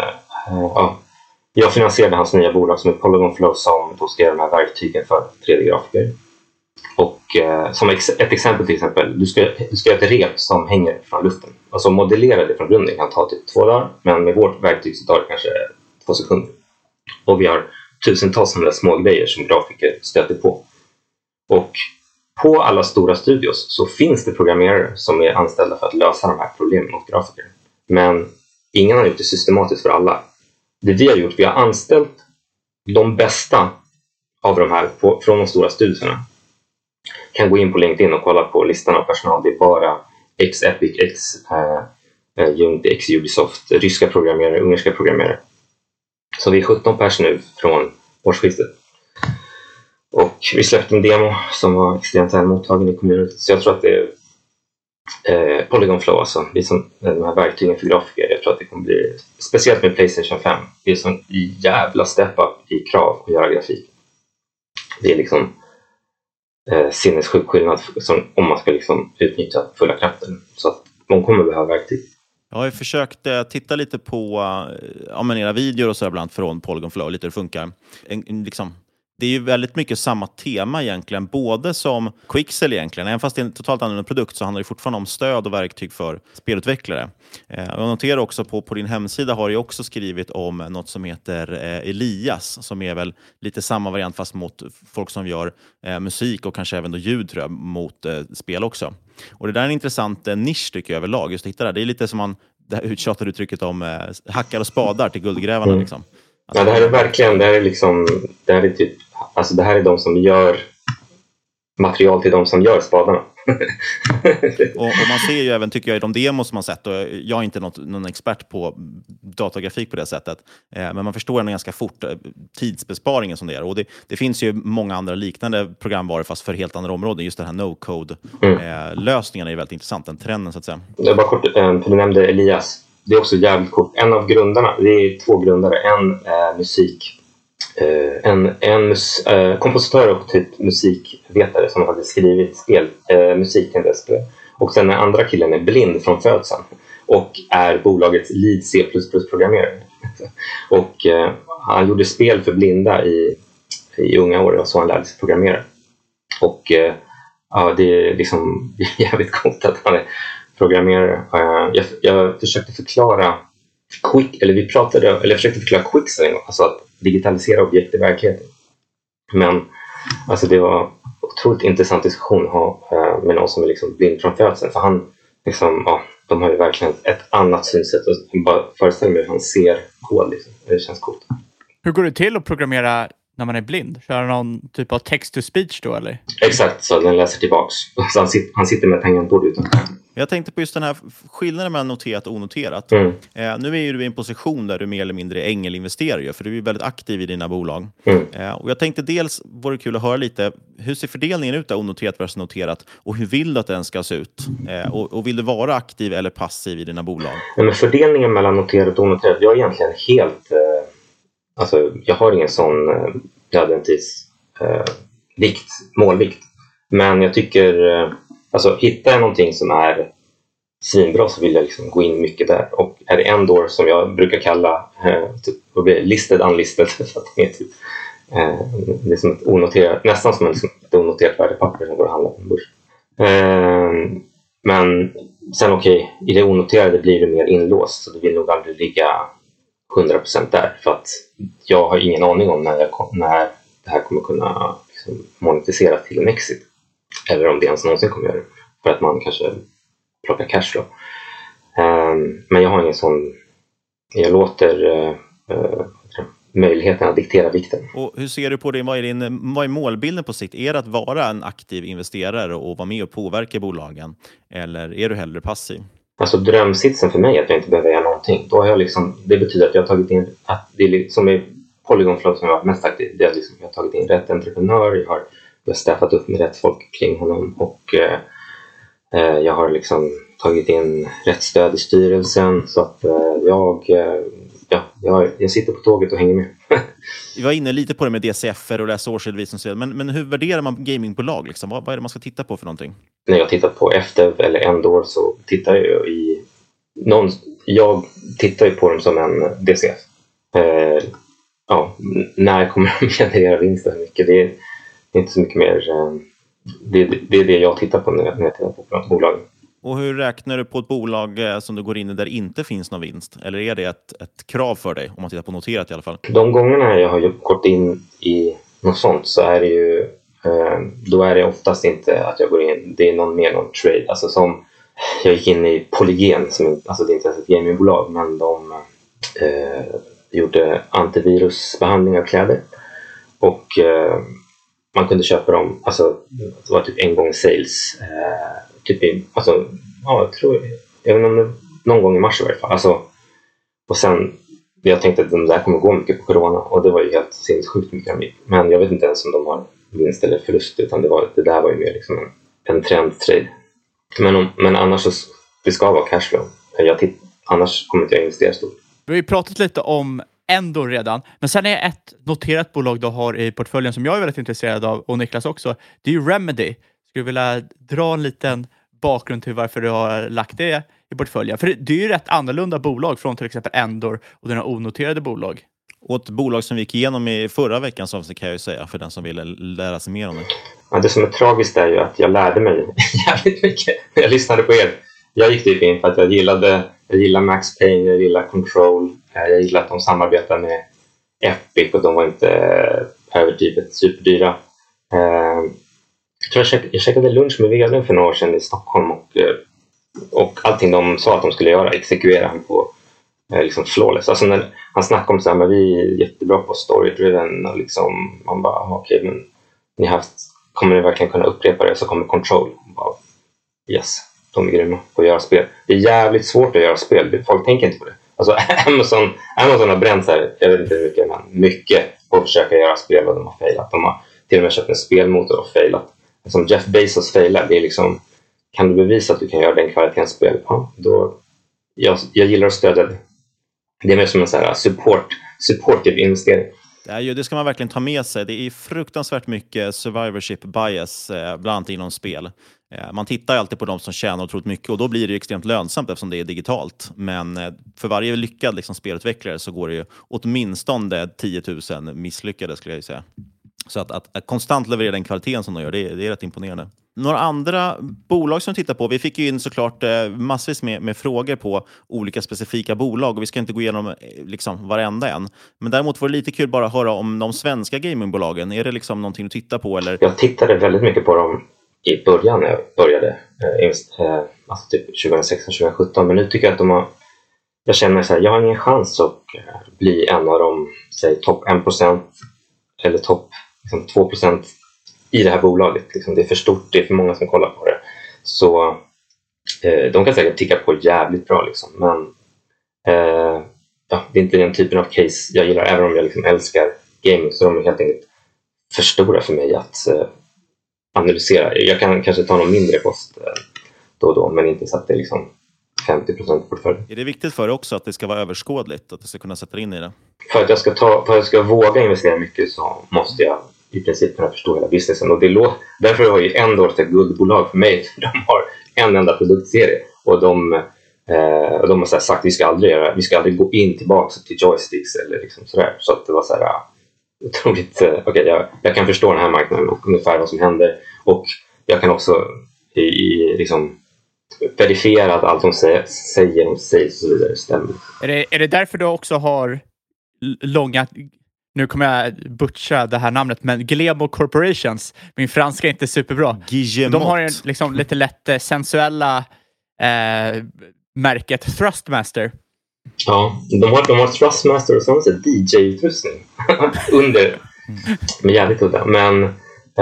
Jag finansierade hans nya bolag som är Polygon Flow, som då ska göra de här verktygen för 3D-grafiker. Och som ett exempel till exempel, du ska göra ett rep som hänger från luften. Alltså modellera det från grunden. Det kan ta typ 2 dagar, men med vårt verktyg så tar det kanske 2 sekunder. Och vi har tusentals sådana små grejer som grafiker stöter på. Och på alla stora studios så finns det programmerare som är anställda för att lösa de här problemen åt grafiker. Men ingen har gjort det systematiskt för alla. Det vi har gjort, vi har anställt de bästa av de här från de stora studierna. Kan gå in på LinkedIn och kolla på listan av personal. Det är bara Epic, Unity, Ubisoft, ryska programmerare, ungerska programmerare. Så vi är 17 personer nu från årsskiftet. Och vi släppte en demo som var extremt väl mottagen i kommunen. Så jag tror att det är Polygon Flow, alltså. Det är som de här verktygen för grafiker. Jag tror att det kommer bli, speciellt med PlayStation 5, det är sån jävla step up i krav att göra grafik. Det är liksom sinnessjuk skillnad om man ska liksom utnyttja fulla kraften. Så att de kommer behöva verktyg. Jag har ju försökt titta lite på era videor och så ibland från Polygon Flow, lite hur det funkar. Det är ju väldigt mycket samma tema egentligen, både som Quixel egentligen. Även fast det är en totalt annorlunda produkt så handlar det fortfarande om stöd och verktyg för spelutvecklare. Jag noterar också på din hemsida har du också skrivit om något som heter Elias, som är väl lite samma variant fast mot folk som gör musik och kanske även då ljud, tror jag, mot spel också. Och det där är en intressant nisch tycker jag överlag, just att hitta det. Det är lite som det här uttjatade uttrycket om hackar och spadar till guldgrävarna liksom. Ja, det här är verkligen, det här är de som gör material till de som gör spadarna. och man ser ju även, tycker jag, i de demos som man sett, och jag är inte någon expert på datagrafik på det sättet, men man förstår ändå ganska fort tidsbesparingen som det är. Och det finns ju många andra liknande programvaror fast för helt andra områden. Just den här no-code-lösningen är ju väldigt intressant, den trenden så att säga. Det är bara kort, för du nämnde Elias. Det är också jävligt coolt. En av grundarna, det är 2 grundare. En kompositör och typ musikvetare som hade skrivit musik till det spel. Och sen den andra killen är blind från födseln och är bolagets lead C++-programmerare. Och han gjorde spel för blinda i unga år, och så han lärde sig programmera. Och det är liksom jävligt coolt att han är programmerare. Jag försökte förklara jag försökte förklara Quixel en gång, alltså att digitalisera objekt i verkligheten. Men alltså det var otroligt intressant diskussion att ha med någon som är liksom blind från födseln, för han liksom, de har ju verkligen ett annat synsätt, och bara föreställa mig hur han ser kod liksom. Det känns coolt. Hur går det till att programmera när man är blind? Kör någon typ av text-to-speech då, eller? Exakt, så den läser tillbaks. Så han sitter med tangentbord utan. Jag tänkte på just den här skillnaden mellan noterat och onoterat. Nu är ju du i en position där du mer eller mindre ängelinvesterar, för du är väldigt aktiv i dina bolag. Och jag tänkte dels, vore det kul att höra lite, hur ser fördelningen ut där, onoterat versus noterat? Och hur vill du att den ska se ut? Och vill du vara aktiv eller passiv i dina bolag? Men fördelningen mellan noterat och onoterat, jag är egentligen helt... Alltså, jag har ingen sån målvikt. Men jag tycker, hittar jag någonting som är svinbra så vill jag liksom gå in mycket där. Och är det en door som jag brukar kalla listed unlisted, för att det är typ det är som ett onoterat, nästan som ett onoterat värdepapper som går att handla på en börs. Men sen i det onoterade blir det mer inlåst, så det vill nog aldrig ligga 100% där, för att jag har ingen aning om när det här kommer kunna liksom monetisera till en exit, eller om det ens någonsin kommer göra det, för att man kanske plockar cashflow. Men jag har ingen sån, jag låter möjligheten att diktera vikten. Och hur ser du på det? Vad är målbilden på sikt? Är det att vara en aktiv investerare och vara med och påverka bolagen, eller är du hellre passiv? Alltså drömsitsen för mig är att jag inte behöver göra någonting. Då har jag liksom, det betyder att jag har tagit in, att det är som är Polygon Flow som jag har mest aktiv, det är liksom, jag har tagit in rätt entreprenör, jag har staffat upp med rätt folk kring honom, och jag har liksom tagit in rätt stöd i styrelsen, så att jag sitter på tåget och hänger med. Vi var inne lite på det med DCF-er och läsa årsredovisning, men hur värderar man gamingbolag? Liksom? Vad är det man ska titta på för någonting? När jag tittar på FDev eller Endor så tittar jag jag tittar ju på dem som en DCF. När kommer de generera vinst? Mycket? Det är inte så mycket mer. Det är det jag tittar på när jag tittar på bolagen. Och hur räknar du på ett bolag som du går in i där det inte finns någon vinst? Eller är det ett krav för dig, om man tittar på noterat i alla fall? De gångerna jag har gått in i något sånt så är det ju, då är det oftast inte att jag går in, det är någon trade. Alltså som, jag gick in i Polygen, alltså det är inte ens ett gamingbolag, men de gjorde antivirusbehandling av kläder. Och man kunde köpa dem, alltså det var typ en gång sales, jag vet inte, någon gång i mars i varje fall. Alltså, och sen, jag tänkte att de där kommer gå mycket på corona, och det var ju helt sinnessjukt mycket. Men jag vet inte ens om de har vinst eller förlust, utan det där var ju mer liksom en trendtrade. Men annars så, det ska vara cashflow. Annars kommer inte jag investera stort. Vi har ju pratat lite om Endor redan. Men sen är ett noterat bolag du har i portföljen som jag är väldigt intresserad av, och Niklas också. Det är ju Remedy. Skulle vilja dra en liten bakgrund till varför du har lagt det i portföljen. För det är ju rätt annorlunda bolag från till exempel Endor och dina onoterade bolag. Och ett bolag som vi gick igenom i förra veckan, så kan jag ju säga, för den som ville lära sig mer om det. Ja, det som är tragiskt är ju att jag lärde mig jävligt mycket. Jag lyssnade på er. Jag gick typ in för att jag gillar Max Payne, jag gillar Control. Jag gillar att de samarbetar med Epic och de var inte överdrivet superdyra. Jag käkade lunch med vdn för några år sedan i Stockholm och allting de sa att de skulle göra exekvera han på liksom flawless. Alltså när han snackade om så här, men vi är jättebra på story-driven och liksom, man bara, okej, men kommer ni verkligen kunna upprepa det? Så kommer Control. Bara, yes, de är grymma på att göra spel. Det är jävligt svårt att göra spel, folk tänker inte på det. Alltså Amazon har bränt så här, jag vet inte hur mycket, men mycket på att försöka göra spel och de har failat. De har till och med köpt en spelmotor och failat. Som Jeff Bezos failar, det är liksom, kan du bevisa att du kan göra den kvaliteten spel? Ja, då, jag gillar att stödja det. Det är mer som en så här supportive investering. Det ska man verkligen ta med sig. Det är fruktansvärt mycket survivorship bias, bland annat inom spel. Man tittar ju alltid på de som tjänar otroligt mycket, och då blir det ju extremt lönsamt eftersom det är digitalt. Men för varje lyckad liksom spelutvecklare så går det ju åtminstone 10 000 misslyckade, skulle jag ju säga. Så att konstant leverera den kvaliteten som de gör, det är rätt imponerande. Några andra bolag som tittar på, vi fick ju in såklart massvis med frågor på olika specifika bolag, och vi ska inte gå igenom liksom varenda en. Men däremot var det lite kul bara att höra om de svenska gamingbolagen. Är det liksom någonting du tittar på? Eller? Jag tittade väldigt mycket på dem i början när jag började, alltså typ 2016-2017, men nu tycker jag att jag känner så här, jag har ingen chans att bli en av dem, säg topp 1% eller topp liksom 2% i det här bolaget. Liksom, det är för stort, det är för många som kollar på det. Så de kan säkert ticka på jävligt bra liksom. Men det är inte den typen av case jag gillar, även om jag liksom älskar gaming, så de är helt enkelt för stora för mig att analysera. Jag kan kanske ta någon mindre post då och då, men inte så att det är liksom 50% portfölj. Är det viktigt för dig också att det ska vara överskådligt, att du ska kunna sätta in i det? För att jag ska våga investera mycket så måste jag i princip kunna förstå hela businessen. Och därför har ju Endor ett guldbolag för mig. De har en enda produktserie. Och de har sagt att vi ska aldrig gå in tillbaka till joysticks eller liksom sådär. Så att det var så här otroligt, okej, jag kan förstå den här marknaden och ungefär vad som händer. Och jag kan också liksom verifiera att allt de säger och så vidare stämmer. Är det därför du också har långa, nu kommer jag butcha det här namnet, men Guillemot Corporations, min franska är inte superbra. Guillemot. De har ju liksom lite lätt sensuella märket Thrustmaster. Ja, de har Thrustmaster och sen DJ-utrustning under, med jävligt udda. Men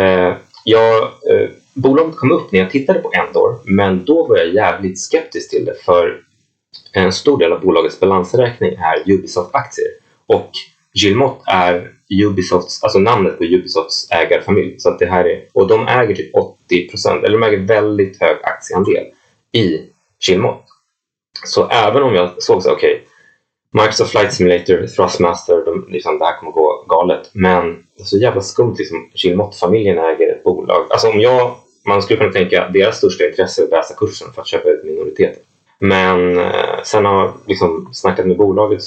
bolaget kom upp när jag tittade på Endor, men då var jag jävligt skeptisk till det, för en stor del av bolagets balansräkning är Ubisoft-aktier, och Guillemot är Ubisofts, alltså namnet på Ubisofts ägarfamilj, så att det här är, och de äger typ 80%, eller de äger väldigt hög aktieandel i Guillemot. Så även om jag såg så Microsoft Flight Simulator, Thrustmaster, liksom, det här kommer gå galet, men det är så jävla skumt liksom, Guillemot-familjen äger ett bolag. Alltså man skulle kunna tänka att deras största intresse är att läsa kursen för att köpa ut minoriteter. Men sen har jag liksom snackat med bolaget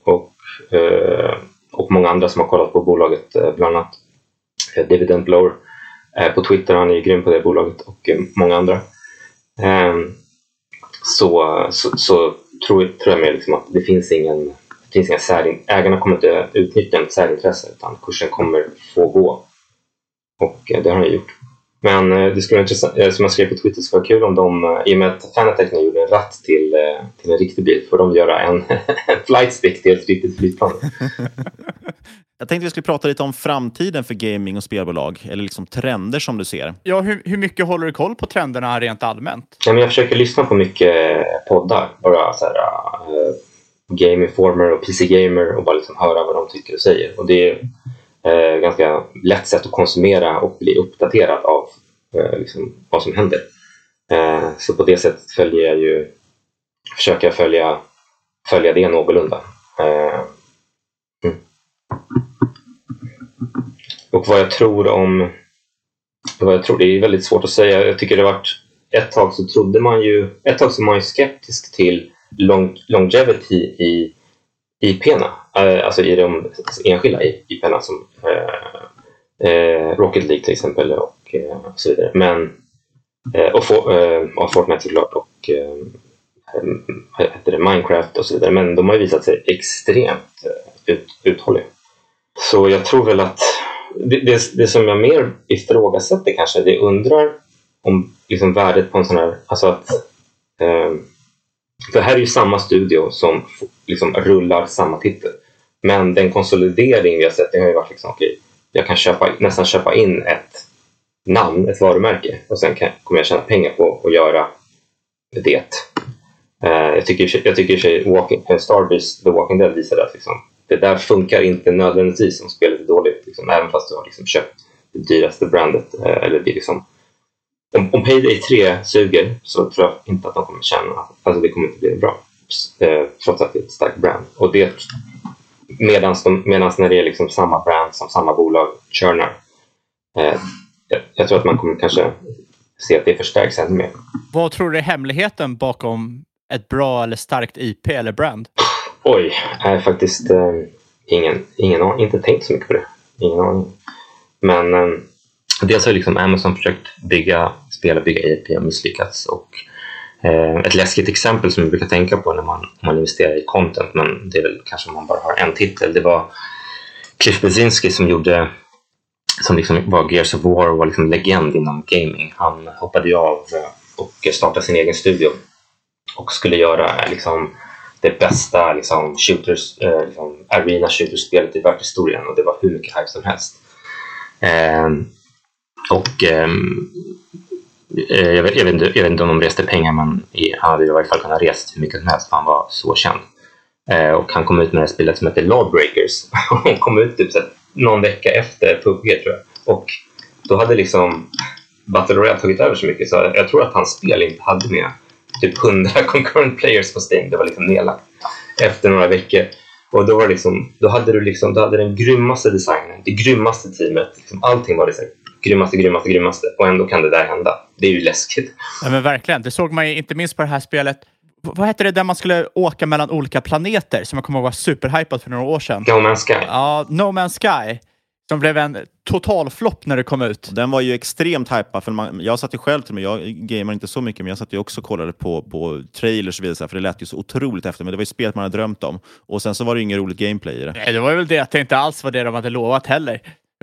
och många andra som har kollat på bolaget, bland annat Dividend Blower på Twitter, han är ju grym på det bolaget, och många andra. Så tror jag mer liksom att det finns ingen ägarna kommer inte utnyttja ett särintresse, utan kursen kommer få gå, och det har han gjort. Men det skulle vara intressant, som jag skrev på Twitter, så var det kul om de, i och med att Fanatec nu gjorde en ratt till en riktig bil, får de göra en flight stick till ett riktigt flygplan. Jag tänkte vi skulle prata lite om framtiden för gaming och spelbolag, eller liksom trender som du ser. Ja, hur mycket håller du koll på trenderna rent allmänt? Ja, men jag försöker lyssna på mycket poddar, bara så här, Game Informer och PC Gamer, och bara liksom höra vad de tycker och säger. Och det är ganska lätt sätt att konsumera och bli uppdaterad av liksom, vad som händer. Så på det sättet försöker jag följa det någorlunda. vad jag tror, det är väldigt svårt att säga. Jag tycker det har varit ett tag så var man ju skeptisk till longevity i IP:na, alltså i de enskilda IP:na som Rocket League till exempel och så vidare. Men och Fortnite såklart och Minecraft och så vidare. Men de har ju visat sig extremt uthålliga. Så jag tror väl att det som jag mer ifrågasätter kanske, det undrar om liksom värdet på en sån här, alltså att för här är ju samma studio som liksom rullar samma titel. Men den konsolidering vi har sett, det har ju varit liksom okej, jag kan nästan köpa in ett namn, ett varumärke, och sen kommer jag tjäna pengar på att göra det. Jag tycker i sig Starbreeze The Walking Dead visade att liksom, det där funkar inte nödvändigtvis om spelet är dåligt, liksom, även fast du har liksom köpt det dyraste brandet. Eller det liksom, om Payday 3 suger, så tror jag inte att de kommer känna, alltså det kommer inte bli bra, trots att det är ett starkt brand. Och det medans när det är liksom samma brand som samma bolag churnar, jag tror att man kommer kanske se att det förstärks ännu mer. Vad tror du är hemligheten bakom ett bra eller starkt IP eller brand? Oj, jag har faktiskt ingen aning, inte tänkt så mycket på det. Ingen aning. Men dels har liksom Amazon försökt bygga IP och misslyckats. Och ett läskigt exempel som jag brukar tänka på när man investerar i content, men det är väl kanske man bara har en titel. Det var Cliff Bleszinski som liksom var Gears of War och var liksom legend inom gaming. Han hoppade ju av och startade sin egen studio och skulle göra liksom det bästa liksom shooters, liksom arena shooter-spelet i världshistorien, och det var hur mycket hype som helst. Jag vet inte om de reste pengar, men han hade i varje fall kunnat resa hur mycket som helst, för han var så känd. Och han kom ut med det spelet som heter Lawbreakers. Han kom ut typ någon vecka efter PUBG, tror jag. Och då hade liksom Battle Royale tagit över så mycket, så jag tror att hans spel inte hade med typ 100 concurrent players på Steam. Det var liksom nedlagt efter några veckor. Och då var det liksom, då hade den grymmaste designen, det grymmaste teamet, liksom allting var det så grymmaste, och ändå kan det där hända. Det är ju läskigt. Ja, men verkligen, det såg man ju inte minst på det här spelet. Vad hette det där man skulle åka mellan olika planeter, som jag kommer ihåg var superhypat för några år sedan? No Man's Sky. Ja, No Man's Sky. Som blev en total flopp när det kom ut. Den var ju extremt hypad. Jag satt ju själv till mig, jag gamer inte så mycket, men jag satt ju också och kollade på trailers och vidare, för det lät ju så otroligt efter. Men det var ju spelet man hade drömt om. Och sen så var det ju ingen roligt gameplay i det. Nej, det var väl det att det inte alls var det de hade lovat heller.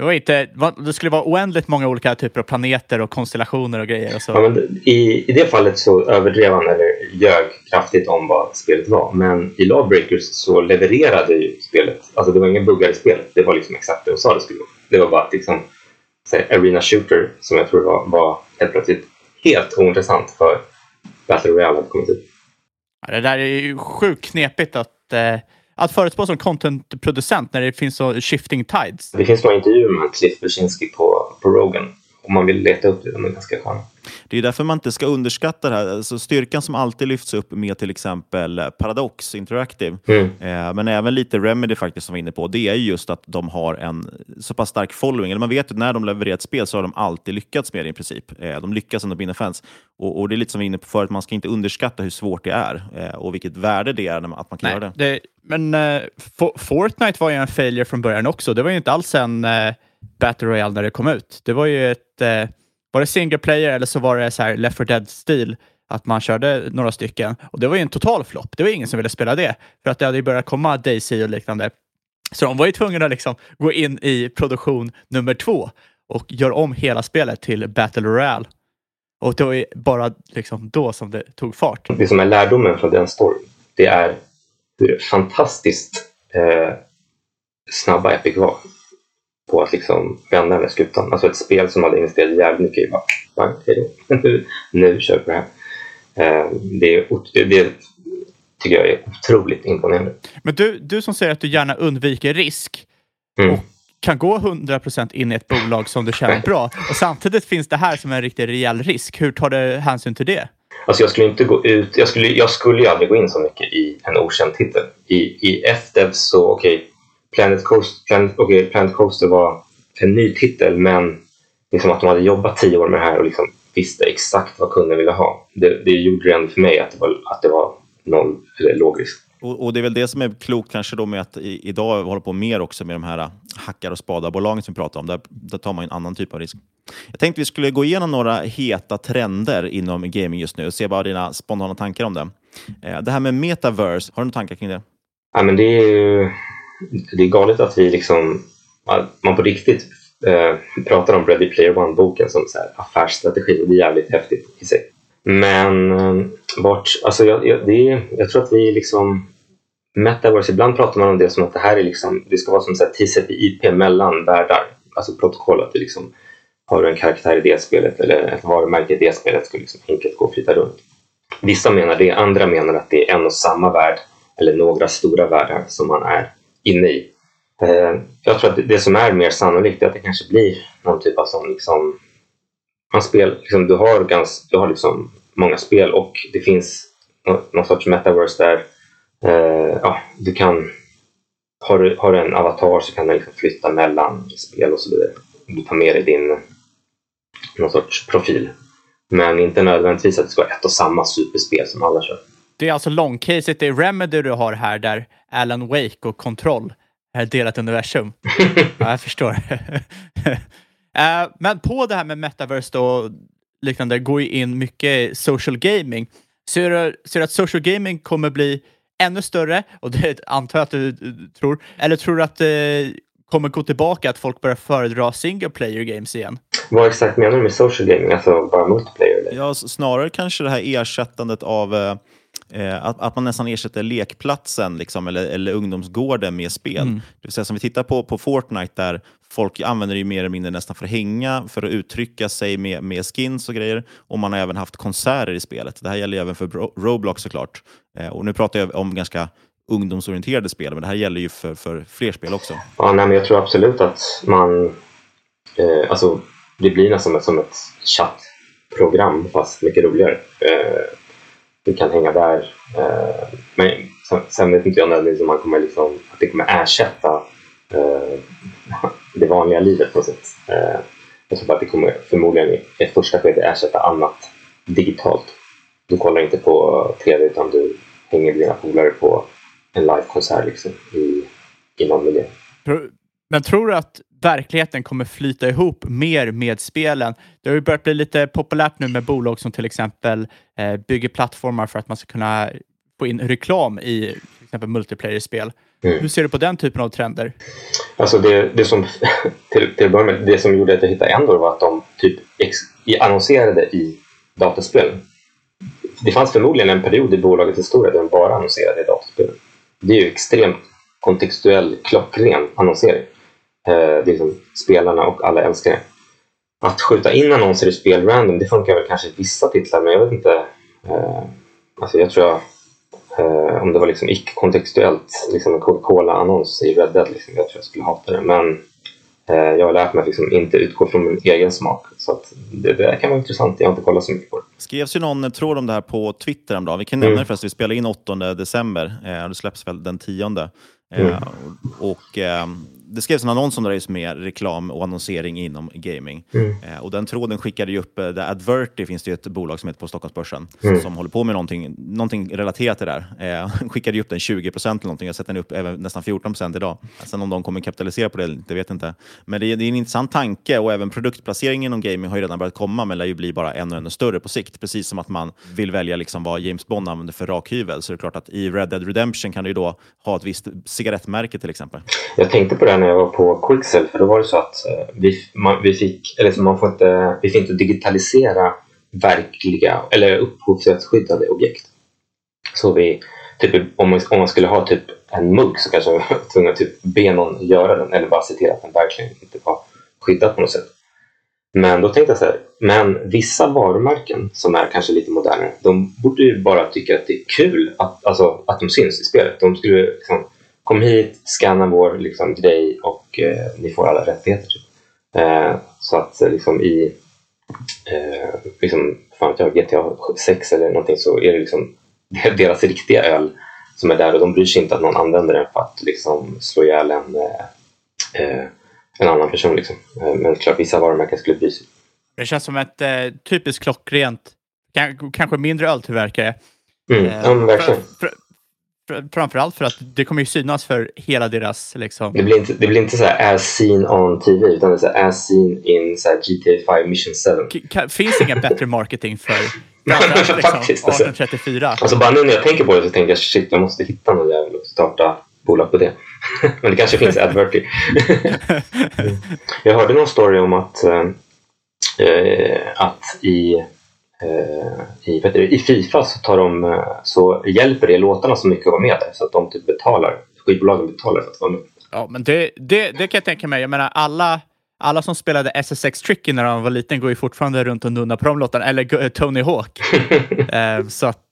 Det skulle vara oändligt många olika typer av planeter och konstellationer och grejer. Och så. Ja, men i det fallet så överdrev han eller ljög kraftigt om vad spelet var. Men i Lawbreakers så levererade ju spelet. Alltså det var ingen buggar i spelet. Det var liksom exakt det de sa det skulle vara. Det var bara liksom arena shooter, som jag tror var helt plötsligt helt ointressant för Battle Royale att komma ut. Ja, det där är ju sjukt knepigt att förutspå som contentproducent när det finns så shifting tides. Det finns några intervjuer med Cliff Bleszinski på Rogan. Om man vill leta upp det, de är ganska sköna. Det är därför man inte ska underskatta det här. Alltså styrkan som alltid lyfts upp med till exempel Paradox Interactive. Men även lite Remedy faktiskt som vi är inne på. Det är just att de har en så pass stark following. Eller man vet att när de levererar ett spel så har de alltid lyckats med det i princip. De lyckas ändå vinna fans. Och det är lite som vi är inne på för att man ska inte underskatta hur svårt det är. Och vilket värde det är att man kan göra det. Men Fortnite var ju en failure från början också. Det var ju inte alls en Battle Royale när det kom ut. Det var ju var det single player eller så var det så här Left 4 Dead-stil att man körde några stycken. Och det var ju en total flopp. Det var ingen som ville spela det. För att det hade ju börjat komma Daisy och liknande. Så de var ju tvungna att liksom gå in i produktion nummer 2 och göra om hela spelet till Battle Royale. Och det var ju bara liksom då som det tog fart. Det som är lärdomen från den storyn, det är hur fantastiskt snabba Epic var på att liksom vända den skutan. Alltså ett spel som hade investerat jävligt mycket i nu kör vi det här. Det tycker jag är otroligt imponerande. Men du som säger att du gärna undviker risk och kan gå 100% in i ett bolag som du känner bra, och samtidigt finns det här som en riktigt rejäl risk. Hur tar du hänsyn till det? Alltså jag skulle inte gå ut, jag skulle ju aldrig gå in så mycket i en okänd titel. I FDev så Planet Coaster var en ny titel, men liksom att de hade jobbat 10 år med det här och liksom visste exakt vad kunden ville ha. Det gjorde det ändå för mig att det var noll eller logiskt. Och det är väl det som är klokt kanske då med att idag håller på mer också med de här hackar- och spadarbolagen som vi pratar om. Där tar man en annan typ av risk. Jag tänkte vi skulle gå igenom några heta trender inom gaming just nu och se bara dina spontana tankar om det. Det här med metaverse, har du några tankar kring det? Ja, men det är galet att vi liksom, man på riktigt pratar om Ready Player One-boken som så här affärsstrategi, och det är jävligt häftigt i sig. Men jag tror att vi liksom metaverse, ibland pratar man om det som att det här är liksom, det ska vara som så här TCP/IP mellan världar, alltså protokoll, att du liksom har en karaktär i det spelet eller ett varumärke i det spelet ska liksom enkelt gå och flytta runt. Vissa menar det, andra menar att det är en och samma värld eller några stora världar som man är inne i. Jag tror att det som är mer sannolikt är att det kanske blir någon typ av sån liksom, liksom, du har liksom många spel och det finns någon sorts metaverse där du kan har du en avatar så kan du liksom flytta mellan spel och så vidare. Du tar med dig din någon sorts profil. Men inte nödvändigtvis att det ska vara ett och samma superspel som alla kör. Det är alltså långcaset i Remedy du har här där Alan Wake och Control är delat universum. Ja, jag förstår. Men på det här med metaverse då liknande går ju in mycket social gaming. Ser du att social gaming kommer bli ännu större? Och det antar jag att du tror. Eller tror du att det kommer gå tillbaka att folk börjar föredra single player games igen? Vad exakt menar du med social gaming? Alltså bara multiplayer? Eller? Ja, snarare kanske det här ersättandet av att man nästan ersätter lekplatsen liksom, eller ungdomsgården med spel. Det vill säga som vi tittar på Fortnite där folk använder det mer eller mindre nästan för att hänga, för att uttrycka sig med skins och grejer. Och man har även haft konserter i spelet. Det här gäller även för Roblox såklart. Och nu pratar jag om ganska ungdomsorienterade spel, men det här gäller ju för fler spel också. Ja, nej, men jag tror absolut att man alltså det blir nästan som ett chattprogram fast mycket roligare. Du kan hänga där. Men sen vet inte jag när man kommer liksom, att det kommer ersätta det vanliga livet på något sätt. Jag tror bara att det kommer förmodligen i ett första skede ersätta annat digitalt. Du kollar inte på tv utan du hänger med dina polare på en livekonsert liksom, i någon miljö. Men tror du att verkligheten kommer flyta ihop mer med spelen? Det har ju börjat bli lite populärt nu med bolag som till exempel bygger plattformar för att man ska kunna få in reklam i till exempel multiplayer-spel. Hur ser du på den typen av trender? Alltså det som till början med, det som gjorde att jag hittade Endor var att de typ annonserade i dataspel. Det fanns förmodligen en period i bolagets historia där de bara annonserade i dataspel. Det är ju extremt kontextuell, klockren annonsering. Det är liksom spelarna och alla älskar det. Att skjuta in annonser i spel random, det funkar väl kanske i vissa titlar, men jag vet inte. Alltså jag tror om det var liksom icke-kontextuellt, liksom en Coca-Cola-annons i Red Dead, liksom, jag tror jag skulle hata det. Men jag har lärt mig att liksom inte utgå från min egen smak. Så att det kan vara intressant, jag har inte kollat så mycket på det. Skrevs ju någon tråd om det här på Twitter en dag. Vi kan nämna det förresten, vi spelar in 8 december. Det släpps väl den 10. Det skrevs en annons om det just med reklam och annonsering inom gaming. Och den tråden skickade ju upp, där Adverty finns det ju ett bolag som heter på Stockholmsbörsen som håller på med någonting relaterat till det där. Skickade ju upp den 20% eller någonting. Jag har sett den upp även nästan 14% idag. Sen om de kommer kapitalisera på det vet inte. Men det är en intressant tanke, och även produktplaceringen inom gaming har ju redan börjat komma, men lär ju bli bara ännu större på sikt. Precis som att man vill välja liksom vad James Bond använder för rakhyvel. Så det är klart att i Red Dead Redemption kan du ju då ha ett visst cigarettmärke till exempel. Jag tänkte på det när jag var på Quixel, för då var det så att vi fick inte digitalisera verkliga eller upphovsrättsskyddade objekt. Så vi typ, om man skulle ha typ en mugg så kanske man var tvungen att typ be någon göra den, eller bara se till att den verkligen inte var skyddad på något sätt. Men då tänkte jag så här, men vissa varumärken som är kanske lite modernare, de borde ju bara tycka att det är kul att de syns i spelet. De skulle liksom, kom hit, scanna vår liksom, grej och ni får alla rättigheter. Typ. Så att liksom i GTA 6 eller någonting, så är det liksom deras riktiga öl som är där, och de bryr sig inte att någon använder den för att liksom slå ihjäl en annan person liksom. Men klart vissa varumärken skulle bry sig. Det känns som ett typiskt klockrent, kanske mindre öltillverkare. Ja, verkligen. Framförallt för att det kommer ju synas för hela deras liksom... Det blir inte så här as seen on TV, utan det är så här as seen in så här GTA 5 Mission 7. Finns ingen bättre marketing för liksom, faktiskt, 1834. Alltså bara nu när jag tänker på det så tänker jag shit, jag måste hitta någon jävel och starta bolag på det. Men det kanske finns Adverty. Jag hörde någon story om att i FIFA så hjälper det låtarna så mycket att vara med där, så att de typ skivbolagen betalar för att vara med. Ja, men det kan jag tänka mig. Jag menar, alla som spelade SSX Tricky när de var liten går ju fortfarande runt och nunnar på de låtarna, eller Tony Hawk. Så att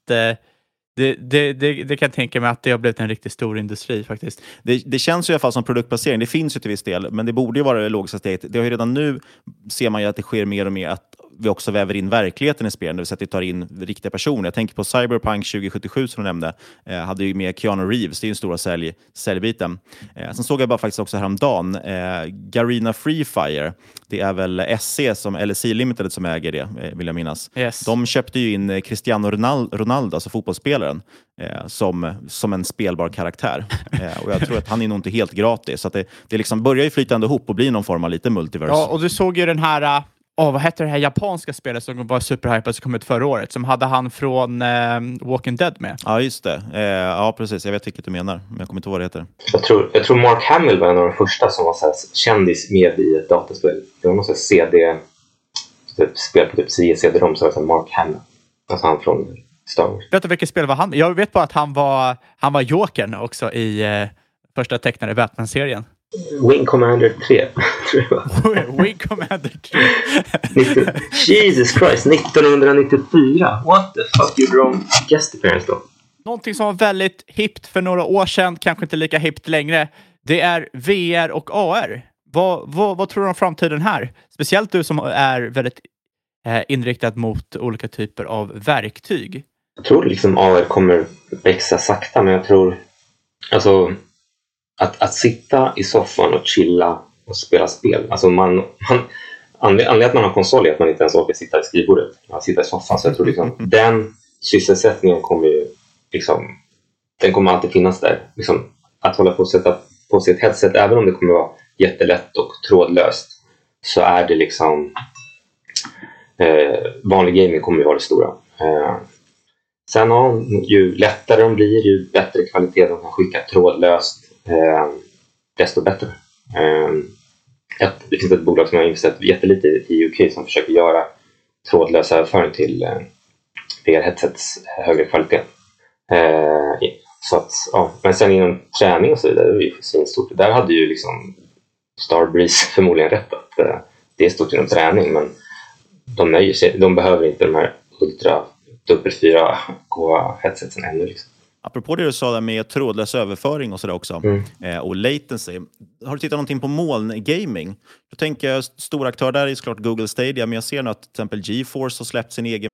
det kan jag tänka mig att det har blivit en riktigt stor industri faktiskt. Det känns ju i alla fall som produktplacering. Det finns ju till viss del, men det borde ju vara det logiska steget. Det har ju redan nu, ser man ju att det sker mer och mer att vi också väver in verkligheten i spelen, det vill säga att vi tar in riktiga personer. Jag tänker på Cyberpunk 2077 som du nämnde, hade ju med Keanu Reeves, det är ju den stora säljbiten. Sen såg jag bara faktiskt också häromdagen Garena Free Fire, det är väl SC som LSE Limited som äger det, vill jag minnas. Yes. De köpte ju in Cristiano Ronaldo, alltså fotbollsspelaren, som en spelbar karaktär. Och jag tror att han är nog inte helt gratis, så att det liksom börjar ju flyta ändå ihop och bli någon form av lite multiverse. Ja, och du såg ju den här vad heter det här japanska spelet som var superhypad som kom ut förra året, som hade han från Walking Dead med. Ja, just det. Ja, precis. Jag vet vilket du menar, men jag kommer inte ihåg vad det heter. Jag tror Mark Hamill var en av de första som var så här kändis med i ett dataspel. Det var någon sån CD, typ, spel på typ CD-ROM, så var det Mark Hamill. Alltså han från Star Wars. Vet du vilket spel var han? Jag vet bara att han var Jokern också i första tecknade Batman-serien. Wing Commander 3, tror jag. Wing Commander 3. Jesus Christ, 1994. What the fuck, you wrong guest appearance då? Någonting som var väldigt hippt för några år sedan, kanske inte lika hippt längre, det är VR och AR. Vad tror du om framtiden här? Speciellt du som är väldigt inriktad mot olika typer av verktyg. Jag tror liksom AR kommer växa sakta, men jag tror alltså att sitta i soffan och chilla och spela spel. Alltså anledningen att man har konsol är att man inte ens orkar sitta i skrivbordet. Man sitter i soffan, så jag tror liksom den sysselsättningen kommer ju liksom, den kommer alltid finnas där. Liksom, att hålla på att sätta på sig ett headset, även om det kommer vara jättelätt och trådlöst, så är det liksom vanlig gaming kommer ju vara det stora. Sen ju lättare de blir, ju bättre kvalitet de kan skicka trådlöst, desto bättre. Det finns ett bolag som har investerat jättelite i UK som försöker göra trådlösa överföring till VR-headsets högre kvalitet. Så att, ja. Men sen inom träning och så vidare, det är ju stort. Där hade ju liksom Starbreeze förmodligen rätt att det är stort inom träning, men de nöjer sig. De behöver inte de här ultra dubbel 4K headsetsen ännu liksom. Apropå det du sa där med trådlös överföring och sådär också, och latency. Har du tittat någonting på molngaming? Då tänker jag, stora aktörer där är såklart Google Stadia, men jag ser nu att till exempel GeForce har släppt sin egen.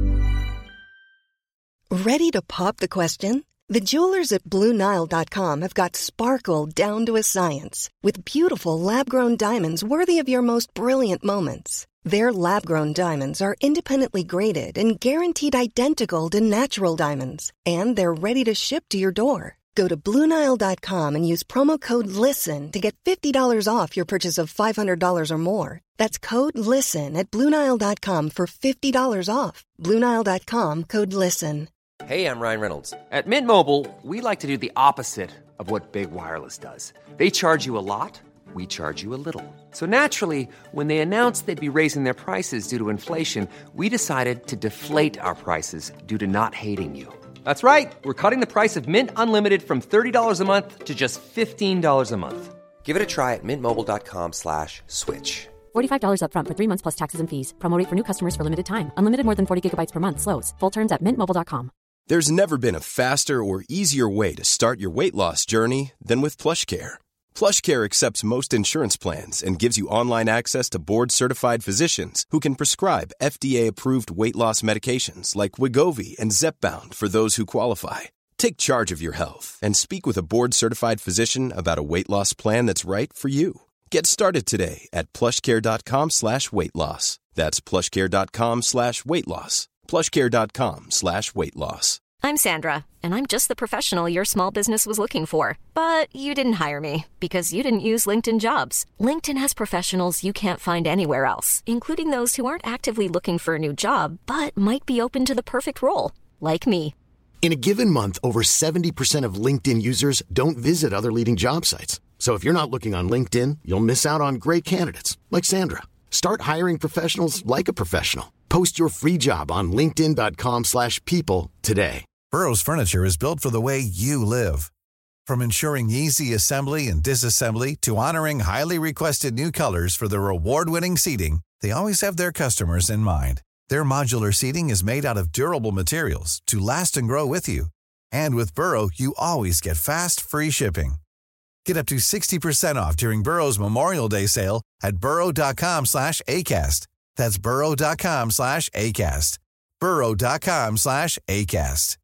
Ready to pop the question? The jewelers at BlueNile.com have got sparkle down to a science with beautiful lab-grown diamonds worthy of your most brilliant moments. Their lab-grown diamonds are independently graded and guaranteed identical to natural diamonds, and they're ready to ship to your door. Go to BlueNile.com and use promo code LISTEN to get $50 off your purchase of $500 or more. That's code LISTEN at BlueNile.com for $50 off. BlueNile.com, code LISTEN. Hey, I'm Ryan Reynolds. At Mint Mobile, we like to do the opposite of what Big Wireless does. They charge you a lot. We charge you a little. So naturally, when they announced they'd be raising their prices due to inflation, we decided to deflate our prices due to not hating you. That's right. We're cutting the price of Mint Unlimited from $30 a month to just $15 a month. Give it a try at mintmobile.com/switch. $45 up front for 3 months plus taxes and fees. Promo rate for new customers for limited time. Unlimited more than 40 gigabytes per month. Slows full terms at mintmobile.com. There's never been a faster or easier way to start your weight loss journey than with PlushCare. PlushCare accepts most insurance plans and gives you online access to board-certified physicians who can prescribe FDA-approved weight loss medications like Wegovy and Zepbound for those who qualify. Take charge of your health and speak with a board-certified physician about a weight loss plan that's right for you. Get started today at plushcare.com/weightloss. That's plushcare.com/weightloss. plushcare.com/weightloss. I'm Sandra, and I'm just the professional your small business was looking for. But you didn't hire me because you didn't use LinkedIn Jobs. LinkedIn has professionals you can't find anywhere else, including those who aren't actively looking for a new job, but might be open to the perfect role, like me. In a given month, over 70% of LinkedIn users don't visit other leading job sites. So if you're not looking on LinkedIn, you'll miss out on great candidates like Sandra. Start hiring professionals like a professional. Post your free job on linkedin.com/people today. Burrow's furniture is built for the way you live. From ensuring easy assembly and disassembly to honoring highly requested new colors for their award-winning seating, they always have their customers in mind. Their modular seating is made out of durable materials to last and grow with you. And with Burrow, you always get fast, free shipping. Get up to 60% off during Burrow's Memorial Day sale at burrow.com/ACAST. That's burrow.com/ACAST. burrow.com/ACAST.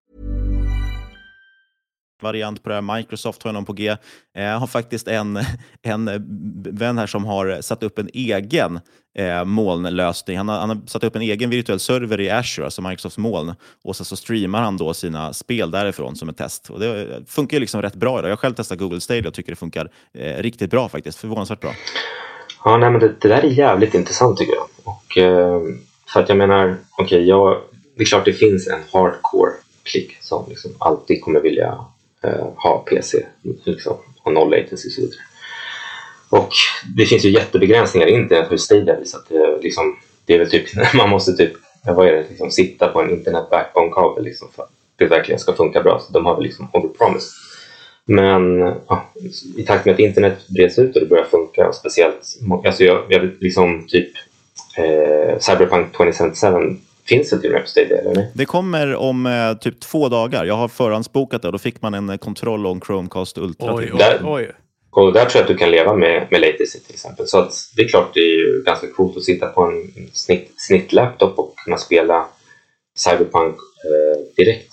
Variant på det här. Microsoft har någon på G. Jag har faktiskt en vän här som har satt upp en egen molnlösning. Han har satt upp en egen virtuell server i Azure, alltså Microsofts moln. Och så streamar han då sina spel därifrån som ett test. Och det funkar ju liksom rätt bra idag. Jag själv testar Google Stadia och tycker det funkar riktigt bra faktiskt. Förvånansvärt bra. Ja, nej, men det där är jävligt intressant tycker jag. Och för att jag menar, det är klart det finns en hardcore-klick som liksom alltid kommer vilja ha PC liksom, och noll latency och så vidare. Och det finns ju jättebegränsningar i internet för Stadia, så att det är väl typ, man måste typ, liksom, sitta på en internet backbone-kabel liksom, för att det verkligen ska funka bra. Så de har väl liksom overpromised. Men i takt med att internet breds ut och det börjar funka, och speciellt, alltså jag liksom typ Cyberpunk 2077 finns det till Rep Stadia, eller? Det kommer om typ 2 dagar. Jag har förhandsbokat det och då fick man en kontroll och en Chromecast Ultra. Oj. Och där tror jag att du kan leva med latency till exempel. Så att det är klart det är ju ganska coolt att sitta på en snittlaptop och kunna spela Cyberpunk direkt.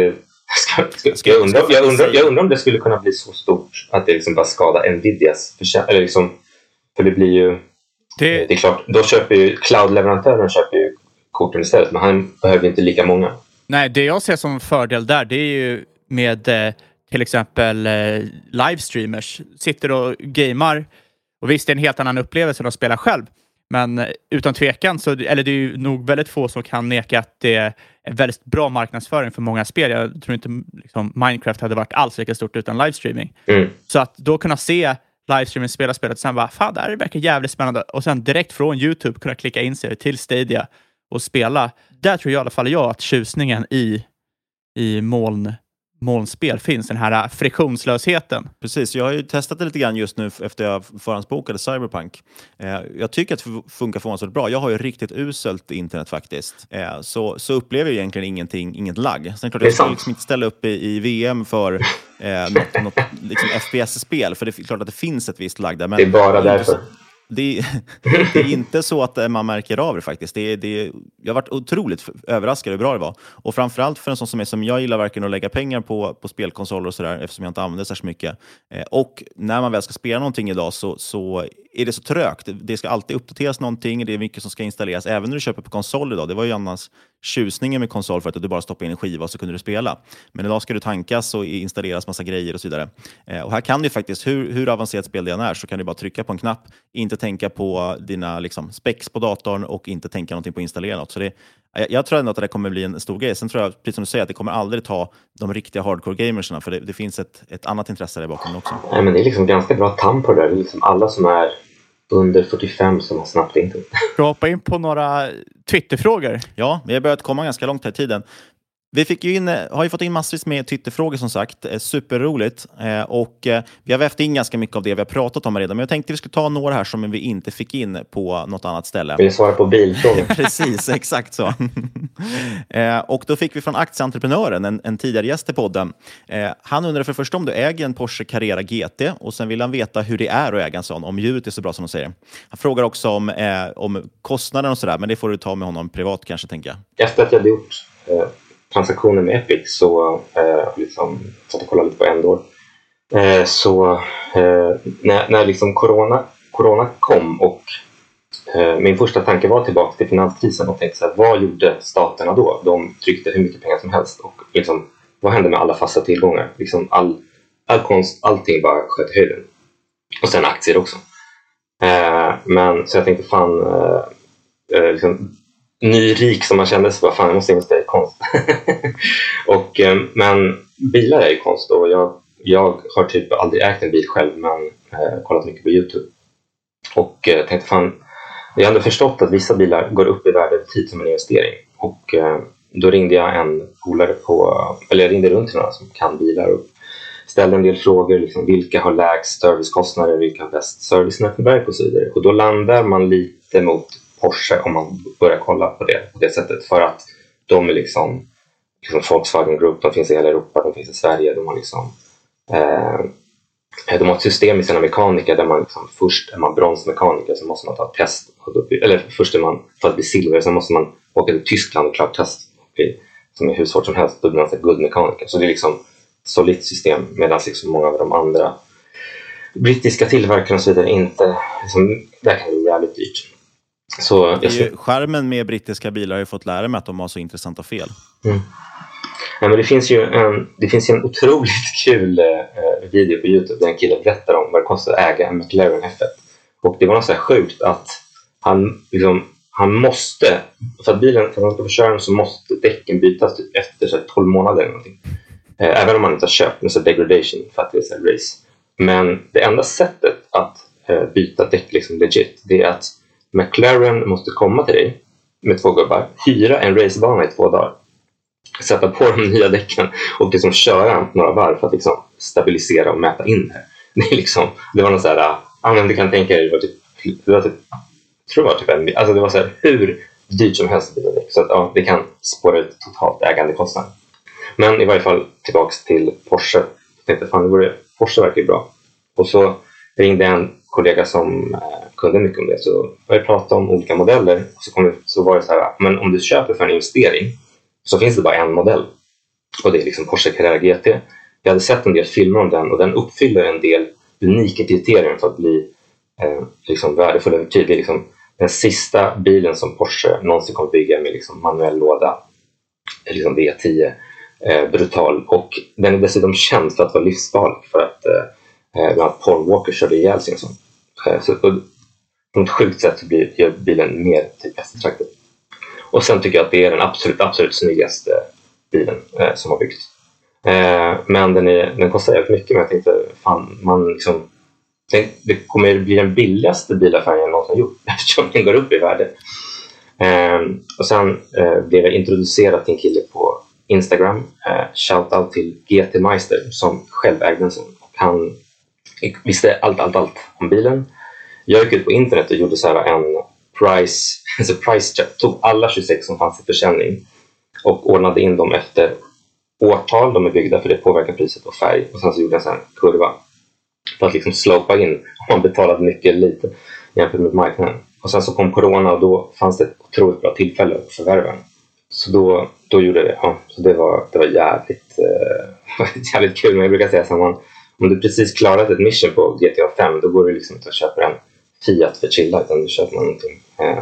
Jag undrar om det skulle kunna bli så stort att det liksom bara skadar Nvidias eller liksom, för det blir ju det är klart, då köper ju cloud-leverantören korten istället, men han behöver inte lika många. Nej, det jag ser som fördel där, det är ju med till exempel livestreamers. Sitter och gamar, och visst det är en helt annan upplevelse än att spela själv, men utan tvekan så, eller det är ju nog väldigt få som kan neka att det är en väldigt bra marknadsföring för många spel. Jag tror inte liksom, Minecraft hade varit alls lika stort utan livestreaming. Så att då kunna se livestreaming spela spelet och sen bara, fan, det här verkar jävligt spännande, och sen direkt från YouTube kunna klicka in sig till Stadia och spela. Där tror jag i alla fall att tjusningen i molnspel finns, den här friktionslösheten. Precis, jag har ju testat det lite grann just nu efter jag förhandsbokade Cyberpunk. Jag tycker att det funkar förvånansvärt bra. Jag har ju riktigt uselt internet faktiskt. Så upplever jag egentligen inget lagg. Sen klart, jag ska liksom inte ställa upp i VM för något liksom FPS-spel, för det är klart att det finns ett visst lagg där. Men det är bara därför. Det är inte så att man märker av det faktiskt. Jag har varit otroligt överraskad hur bra det var. Och framförallt för en sån som är som jag gillar verkligen att lägga pengar på spelkonsoler och sådär, eftersom jag inte använder så mycket. Och när man väl ska spela någonting idag så är det så trögt. Det ska alltid uppdateras någonting. Det är mycket som ska installeras. Även när du köper på konsol idag. Det var ju annars tjusningen med konsol för att du bara stoppar in en skiva och så kunde du spela. Men idag ska du tankas och installeras massa grejer och så vidare. Och här kan du faktiskt, hur avancerat spel det än är, så kan du bara trycka på en knapp. Inte tänka på dina liksom, specs på datorn och inte tänka någonting på att installera något. Så jag tror ändå att det kommer bli en stor grej. Sen tror jag, precis som du säger, att det kommer aldrig ta de riktiga hardcore-gamersarna. För det finns ett annat intresse där bakom också. Nej, men det är liksom ganska bra tamp på det där. Det är liksom alla som är under 45 som har snabbt internet. Ska vi hoppa in på några Twitterfrågor? Ja, vi har börjat komma ganska långt här i tiden. Vi har ju fått in massvis med Twitterfrågor som sagt. Superroligt. Och vi har vävt in ganska mycket av det vi har pratat om redan. Men jag tänkte vi skulle ta några här som vi inte fick in på något annat ställe. Vi svarar på bilfrågor. Precis, exakt så. Och då fick vi från Aktieentreprenören, en tidigare gäst i podden. Han undrar för det första om du äger en Porsche Carrera GT. Och sen vill han veta hur det är att äga en sån. Om ljudet är så bra som de säger. Han frågar också om kostnaden och sådär. Men det får du ta med honom privat kanske, tänker jag. Efter att jag hade gjort transaktioner med Epic så liksom satt och kollade lite på Endor. Så när liksom corona kom och min första tanke var tillbaka till finanskrisen och tänkte så här, vad gjorde staterna då? De tryckte hur mycket pengar som helst och liksom, vad hände med alla fasta tillgångar? Liksom all konst, allting bara sköt i höjden. Och sen aktier också. Men så jag tänkte liksom, nyrik som man kände så bara, jag måste investera i konst. Men bilar är ju konst och jag har typ aldrig ägt en bil själv, men kollat mycket på YouTube. Och tänkte jag har ändå förstått att vissa bilar går upp i värde över tid som en investering. Och då ringde jag en polare jag ringde runt till några som kan bilar och ställde en del frågor. Liksom, vilka har lägst servicekostnader, vilka har bäst servicenätverk och så vidare. Och då landar man lite mot Porsche om man börjar kolla på det sättet. För att de är liksom Volkswagen Group, de finns i hela Europa, de finns i Sverige. De har liksom de har ett system i sina mekaniker där man liksom, först är man bronsmekaniker så måste man ta ett test. Eller först är man, för att bli silver, så måste man åka till Tyskland och klara test som är hur svårt som helst. Då blir man så guldmekaniker. Så det är liksom solidt system, medan liksom många av de andra brittiska tillverkarna och så vidare inte, liksom, där kan det bli jävligt dyrt. Så skärmen med brittiska bilar har ju fått lära mig att de har så intressanta fel. Ja, men det finns ju en otroligt kul video på YouTube där en kille berättar om vad det kostar att äga en McLaren F1. Och det var något så här sjukt att han måste, för att man ska få köra den så måste däcken bytas typ efter så 12 månader eller någonting. Även om man inte har köpt en så degradation för att det är så race. Men det enda sättet att byta däck liksom legit, det är att McLaren måste komma till dig med 2 gubbar, hyra en racebana i 2 dagar, sätta på de nya däcken och liksom köra några varv för att liksom stabilisera och mäta in det. Det var något så här, men du kan tänka dig, det var så här, hur dyrt som helst. Så att det kan spåra ut totalt ägandekostnad. Men i varje fall tillbaks till Porsche. Jag tänkte, Porsche verkar ju bra. Och så ringde en kollega som kunde mycket om det. Så jag pratade om olika modeller. Och så var det så här, men om du köper för en investering så finns det bara en modell. Och det är liksom Porsche Carrera GT. Jag hade sett en del filmer om den och den uppfyller en del unika kriterier för att bli liksom värdefull över tid. Det är liksom den sista bilen som Porsche någonsin kommer bygga med liksom manuell låda. Liksom V10. Brutal. Och den är dessutom känd för att vara livsfarlig. För att bland annat Paul Walker körde ihjäl sin sån. Så på något sjukt sätt så gör bilen mer typ eftertraktad. Och sen tycker jag att det är den absolut snyggaste bilen som har byggts. Men den kostar jävligt mycket. Men jag tänkte, det kommer bli den billigaste bilaffären någonsin gjort. Eftersom den går upp i värde. Och sen blev jag introducerad till en kille på Instagram. Shoutout till GT Meister som själv ägde en sån. Och han visste allt om bilen. Jag gick ut på internet och gjorde så här en price check. Tog alla 26 som fanns i försäljning och ordnade in dem efter årtal de är byggda, för det påverkar priset och färg. Och sen så gjorde jag en sån här kurva för att liksom slopa in om man betalade mycket lite jämfört med marknaden. Och sen så kom corona och då fanns det ett otroligt bra tillfälle att förvärva den. Så då gjorde jag det. Ja, så det var jävligt kul. Men jag brukar säga så, om du precis klarat ett mission på GTA 5, då går du liksom inte att köpa en Fiat för chilla, utan du köper någonting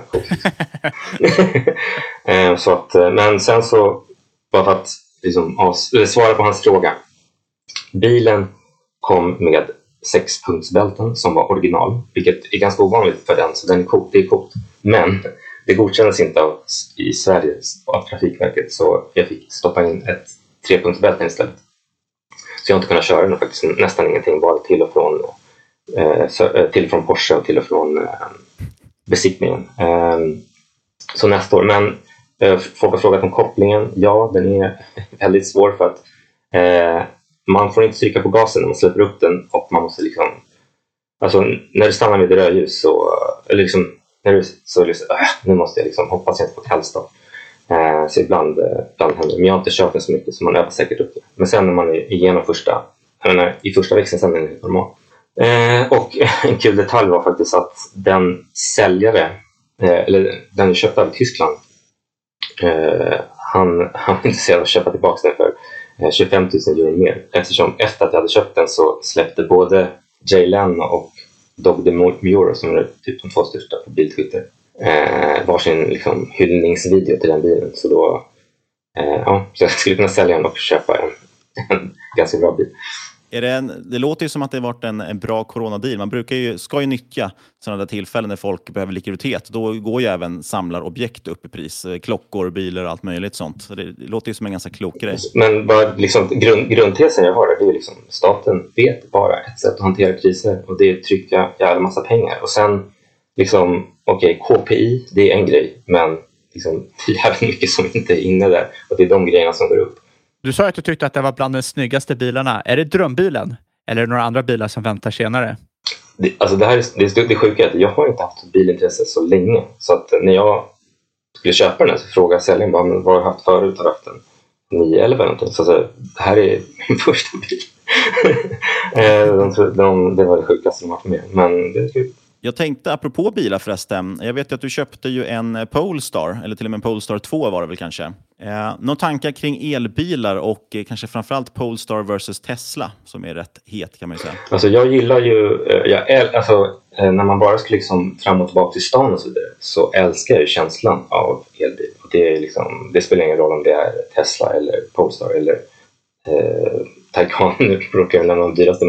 så att, men sen så, bara för att liksom, svara på hans fråga. Bilen kom med 6-punktsbälten som var original, vilket är ganska ovanligt för den, så det är coolt. Men det godkändes inte i Sverige av Trafikverket, så jag fick stoppa in ett 3-punktsbälte istället. Så jag har inte kunnat köra den faktiskt nästan ingenting, bara till och från Porsche och till och från besiktningen. Så nästa år. Men folk har frågat om kopplingen. Ja, den är väldigt svår för att man får inte trycka på gasen när man släpper upp den, och man måste liksom, alltså när du stannar vid rödljus så, eller liksom nu måste jag liksom hoppas jag inte på kallstopp. Så ibland händer. Men jag har inte kört den så mycket, så man övar säkert upp det. Men sen när man är igenom i första växeln, sen är den helt normal. Och en kul detalj var faktiskt att den säljare, eller den du köpte av Tyskland, han var intresserad av att köpa tillbaka den för 25 000 euro mer. Eftersom efter att jag hade köpt den så släppte både Jay Leno och Dog DeMuro, som är typ de 2 största på biltwitter, varsin liksom hyllningsvideo till den bilen. Så då så jag skulle kunna sälja den och köpa en ganska bra bil. Det låter ju som att det har varit en bra coronadeal. Man ska ju nyttja sådana där tillfällen när folk behöver likviditet. Då går ju även samlarobjekt upp i pris. Klockor, bilar och allt möjligt sånt. Så det låter ju som en ganska klok grej. Men bara liksom, grundtesen jag har det är liksom, staten vet bara ett sätt att hantera kriser. Och det är att trycka jävla massa pengar. Och sen liksom, KPI, det är en grej. Men liksom, det är jävligt mycket som inte är inne där. Och det är de grejerna som går upp. Du sa att du tyckte att det var bland de snyggaste bilarna. Är det drömbilen? Eller är det några andra bilar som väntar senare? Det sjuka är att jag har inte haft bilintresse så länge. Så att när jag skulle köpa den här så frågade säljaren bara, men vad har du haft förut? Har du haft en 911 eller någonting? Så det här är min första bil. Det var det sjukaste som var för mig. Men det är kul. Jag tänkte, apropå bilar förresten, jag vet ju att du köpte ju en Polestar, eller till och med en Polestar 2 var det väl kanske. Några tankar kring elbilar och kanske framförallt Polestar versus Tesla, som är rätt het kan man ju säga. Alltså jag gillar ju, när man bara ska liksom fram och tillbaka till stan och så vidare, så älskar jag ju känslan av elbil. Och det är liksom, det spelar ingen roll om det är Tesla eller Polestar eller Taycan, nu råkar jag lämna de dyraste,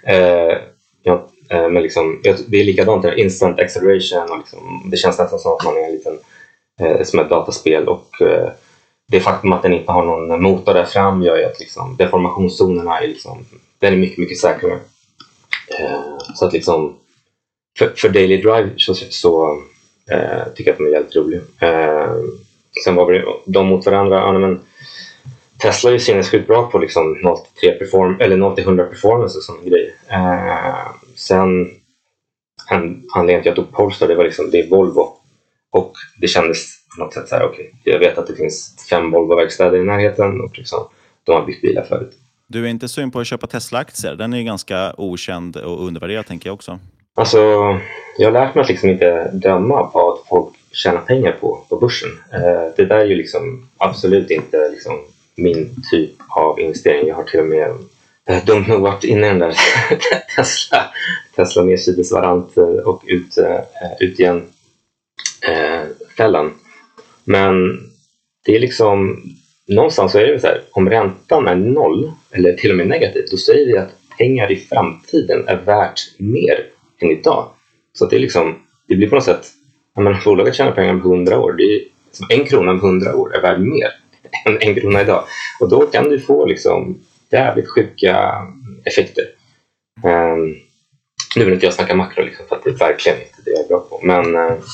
men liksom, det är likadant där, instant acceleration och liksom, det känns nästan som att man är en liten som ett dataspel, och det faktum att den inte har någon motor där fram gör ju att liksom, deformationszonerna är liksom, den är mycket, mycket säkrare. Så att liksom för daily drive så tycker jag att de är jävligt roliga. Sen var det de mot varandra, men Tesla är ju sinnessjukt bra på liksom 0-100 performance och sån grej. Sen anledningen till att jag tog Polestar, det är Volvo. Och det kändes på något sätt så här, jag vet att det finns 5 Volvo-verkstäder i närheten och liksom, de har byggt bilar förut. Du är inte sugen på att köpa Tesla-aktier? Den är ju ganska okänd och undervärderad, tänker jag också. Alltså, jag har lärt mig att liksom inte döma vad folk tjänar pengar på börsen. Det där är ju liksom absolut inte liksom min typ av investering. Jag har till och med dumt nog varit inne i den där Tesla nedsidesvarant och ut igen fällan. Men det är liksom, någonstans så är det så här, om räntan är 0 eller till och med negativ, då säger vi att pengar i framtiden är värt mer än idag. Så att det är liksom, det blir på något sätt, om bolaget tjänar pengar om 100 år, det är liksom 1 krona om 100 år är värd mer än 1 krona idag. Och då kan du få liksom jävligt sjuka effekter. Nu vill inte jag snacka makro liksom, för att det är verkligen inte det jag är bra på. Men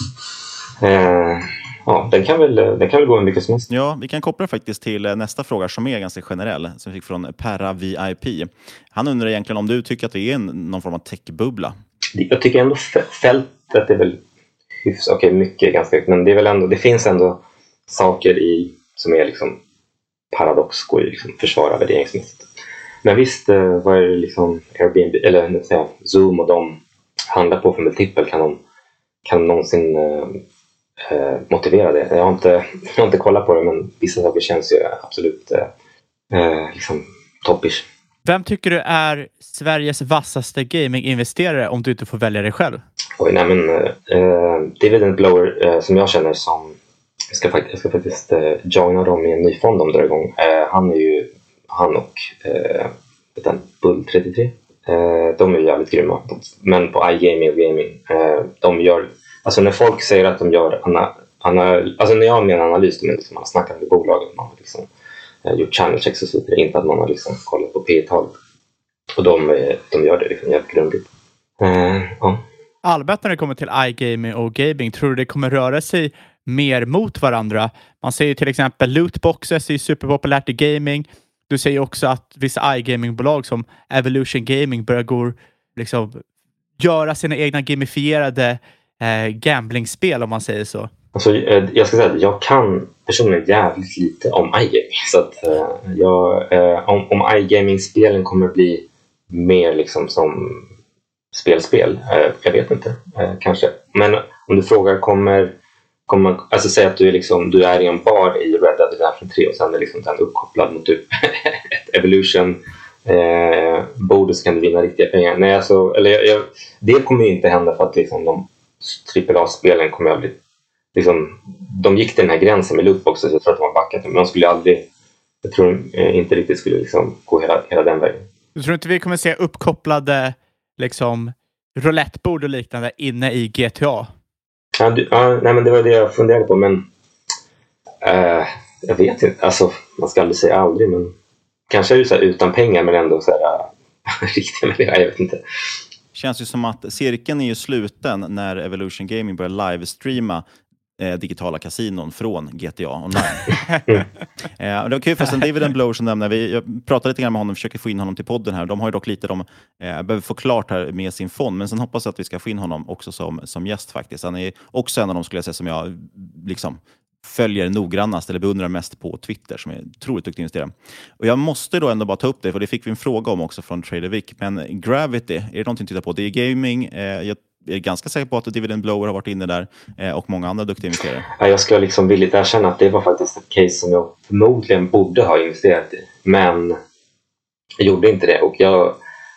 ja, den kan väl gå en mycket som helst. Ja, vi kan koppla faktiskt till nästa fråga som är ganska generell, som vi fick från Perra VIP. Han undrar egentligen om du tycker att det är någon form av techbubbla. Jag tycker ändå fältet är väl hyfsat, mycket ganska, men det är väl ändå, det finns ändå saker i som är liksom paradox, går ju liksom försvara värderingsmässigt. Men visst, vad är det liksom Airbnb eller Zoom och de handlar på för multipel, kan någonsin motivera det? Jag har inte kollat på det, men vissa saker känns ju absolut liksom toppish. Vem tycker du är Sveriges vassaste gaminginvesterare om du inte får välja dig själv? Dividend Blower som jag känner som jag ska faktiskt joina dem i en ny fond de drar igång. Han och Bull 33. De är jävligt grymma. Men på iGaming och gaming, de gör, alltså när folk säger att de gör alltså när jag menar analys, då menar liksom man har snackat med bolagen, man har liksom gjort channel checks och så vidare, inte att man har liksom kollat på P-talet. Och de gör det liksom jävligt grundligt. Ja. Allmänt när det kommer till iGaming och gaming, tror du det kommer röra sig mer mot varandra? Man ser ju till exempel lootboxes är superpopulärt i gaming. Du säger också att vissa iGaming-bolag som Evolution Gaming börjar göra sina egna gamifierade gamblingspel, om man säger så. Alltså, jag ska säga att jag kan personligen jävligt lite om iGaming. Så att om iGaming-spelen kommer bli mer liksom som spelspel, jag vet inte, kanske. Men om du frågar kommer alltså säg att du är i en bar i Red Dead Redemption 3 och sen är liksom den uppkopplad mot typ Evolution borde så kan du vinna riktiga pengar. Nej, alltså, det kommer ju inte hända för att liksom, de AAA-spelen kommer aldrig liksom, de gick till den här gränsen med lootboxes, jag tror att de har backat, men de skulle aldrig, jag tror inte riktigt skulle liksom gå hela den vägen. Du tror inte vi kommer se uppkopplade liksom roulettebord och liknande inne i GTA? Nej, men det var det jag funderade på, men jag vet inte, alltså man ska aldrig säga aldrig, men kanske är det så här utan pengar men ändå så här riktiga människor, jag vet inte. Känns ju som att cirkeln är ju sluten när Evolution Gaming börjar livestreama digitala kasinon från GTA online. Det var kul förresten, David Blow som nämnde, jag pratade lite grann med honom, försöker få in honom till podden här. De har ju dock lite, de behöver få klart här med sin fond, men sen hoppas jag att vi ska få in honom också som gäst faktiskt. Han är också en av dem, skulle jag säga, som jag liksom följer noggrannast eller beundrar mest på Twitter, som är otroligt duktig investerare. Och jag måste då ändå bara ta upp det, för det fick vi en fråga om också från TraderVic. Men Gravity, är det någonting att titta på? Det är gaming, jag är ganska säker på att Dividend Blower har varit inne där och många andra duktiga investerare. Jag ska liksom villigt erkänna att det var faktiskt ett case som jag förmodligen borde ha investerat i, men jag gjorde inte det. Och jag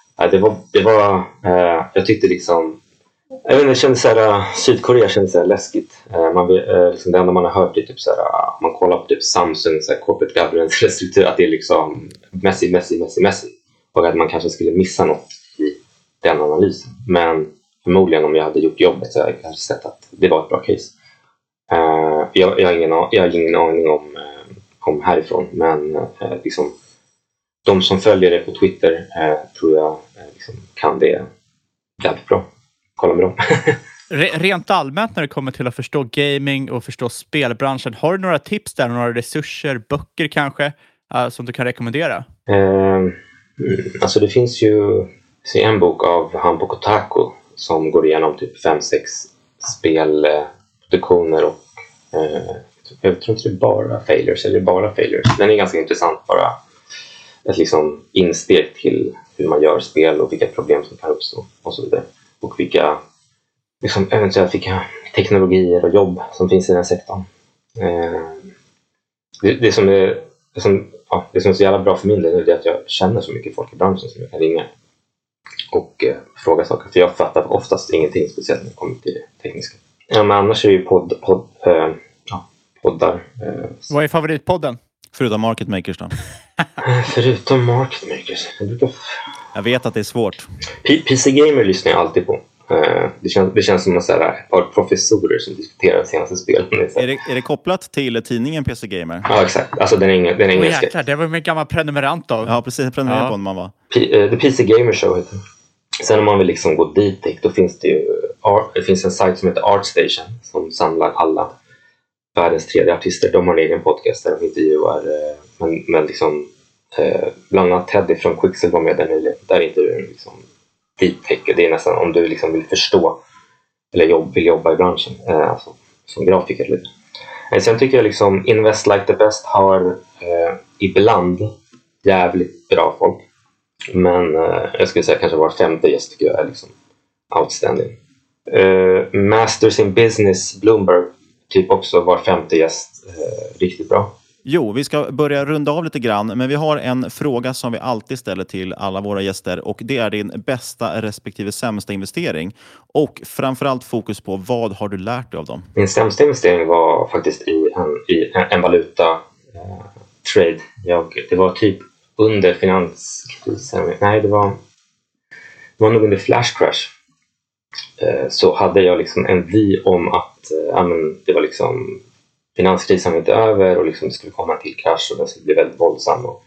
tyckte liksom, jag vet inte, det kändes så här, Sydkorea kändes så här läskigt. Liksom det enda man har hört är typ så här, man kollar på typ Samsung så här, corporate governance struktur, att det är liksom Messi. Och att man kanske skulle missa något i den analysen. Men förmodligen om jag hade gjort jobbet så hade jag kanske sett att det var ett bra case. Jag har ingen aning om härifrån, men liksom, de som följer det på Twitter tror jag liksom, kan det jävligt bra. Kolla med dem. Rent allmänt när det kommer till att förstå gaming och förstå spelbranschen, har du några tips där, några resurser, böcker kanske, som du kan rekommendera? Alltså det finns ju en bok av Hanpo Kotaku som går igenom typ 5-6 spelproduktioner och jag tror inte det är bara failures. Den är ganska intressant, bara ett liksom insteg till hur man gör spel och vilka problem som kan uppstå och så vidare. Och vilka liksom, eventuellt vilka teknologier och jobb som finns i den sektorn. Det som är så jävla bra för min del är att jag känner så mycket folk i branschen som jag kan ringa och fråga saker. För jag fattar oftast ingenting speciellt när det kommer till det tekniska. Ja, men annars är det ju poddar. Vad är favoritpodden? Förutom Market Makers då? Förutom Market Makers? Jag vet att det är svårt. PC Gamer lyssnar jag alltid på. Det känns som ett par professorer som diskuterar senaste spelen. Är det kopplat till tidningen PC Gamer? Ja, exakt. Alltså den engelska. Jäklar, det var min gamla prenumerant av. Ja, precis. Jag prenumererade på när man var. The PC Gamer Show heter. Sen om man vill liksom gå dit, då finns det ju det finns en sajt som heter ArtStation som samlar alla världens 3D-artister. De har en egen podcast där de intervjuar men liksom bland annat Teddy från Quixel var med där intervjuar liksom deep tech. Det är nästan om du liksom vill förstå eller vill jobba i branschen, alltså, som grafiker lite. Sen tycker jag liksom Invest Like the Best har ibland jävligt bra folk, men jag skulle säga kanske var 5:e gäst tycker jag är liksom outstanding. Masters in Business Bloomberg typ också var 5:e gäst riktigt bra. Jo, vi ska börja runda av lite grann, men vi har en fråga som vi alltid ställer till alla våra gäster, och det är din bästa respektive sämsta investering, och framförallt fokus på vad har du lärt dig av dem? Min sämsta investering var faktiskt i en valuta trade. Det var typ under finanskrisen. Nej, det var nog under flash crash. Så hade jag liksom en vy om att det var liksom finanskrisen var inte över och liksom det skulle komma till krasch och den skulle bli väldigt våldsam och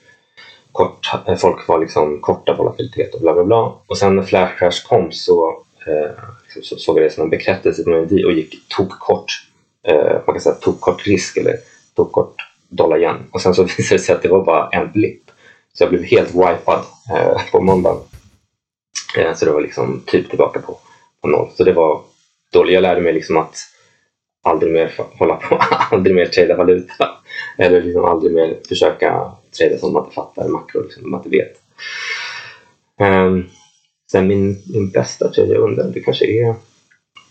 folk var liksom korta volatilitet och bla bla bla. Och sen när flash crash kom så såg jag det som en bekräftelse på min vy och tog kort, man kan säga tog kort risk eller tog kort dollar igen. Och sen så visade det sig att det var bara en blipp. Så jag blev helt wipad på måndagen. Så det var liksom typ tillbaka på noll. Så det var dåligt. Jag lärde mig liksom att aldrig mer hålla på, aldrig mer trada valuta. Eller liksom aldrig mer försöka trada som man inte fattar makro, liksom, som man inte vet. Sen min bästa trade jag undrar, det kanske är...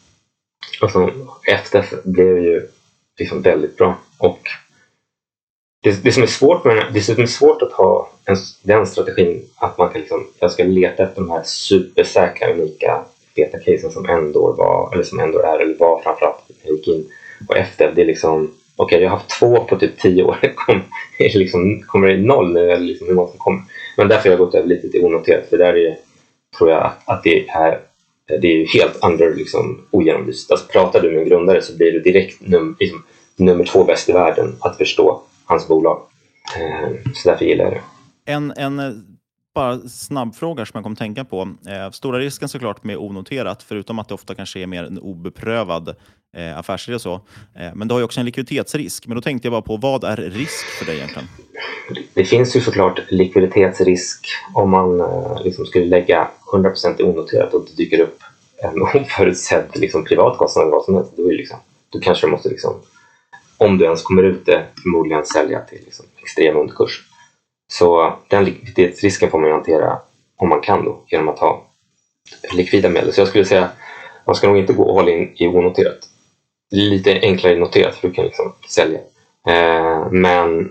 Alltså, FTF blev ju liksom väldigt bra. Och Det som är svårt med det som är svårt att ha den strategin att man kan liksom, jag ska leta efter de här supersäkra, unika feta casen som ändå var, eller som ändå är, eller var framförallt när jag gick in. Och efter, det är liksom, okej, jag har haft 2 på typ 10 år. Kommer det 0 nu, eller liksom hur många som kommer? Men därför har jag gått över lite till onoterat, för där är, tror jag att det är helt under liksom ogenomlyst. Alltså pratar du med en grundare så blir du direkt nummer 2 bäst i världen att förstå hans bolag. Så därför gillar jag det. En bara snabb fråga som jag kommer tänka på. Stora risken såklart med onoterat, förutom att det ofta kanske är mer en obeprövad affärsidé och så. Men det har ju också en likviditetsrisk. Men då tänkte jag bara på, vad är risk för dig egentligen? Det finns ju såklart likviditetsrisk om man liksom skulle lägga 100% i onoterat och det dyker upp en oförutsedd liksom, privatkostnad eller vad som helst. Då kanske du måste, liksom, om du ens kommer ut det, förmodligen sälja till liksom, extrem underkurs. Så den likviditetsrisken får man hantera om man kan då, genom att ha likvida medel. Så jag skulle säga man ska nog inte gå all in i onoterat. Det är lite enklare i noterat för du kan liksom sälja. Men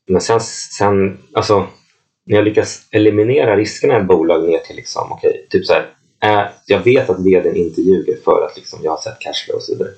sen alltså, när jag lyckas eliminera riskerna i ett bolag ner till liksom, okej, typ så här, jag vet att vdn inte ljuger för att liksom, jag har sett cashflow och så vidare.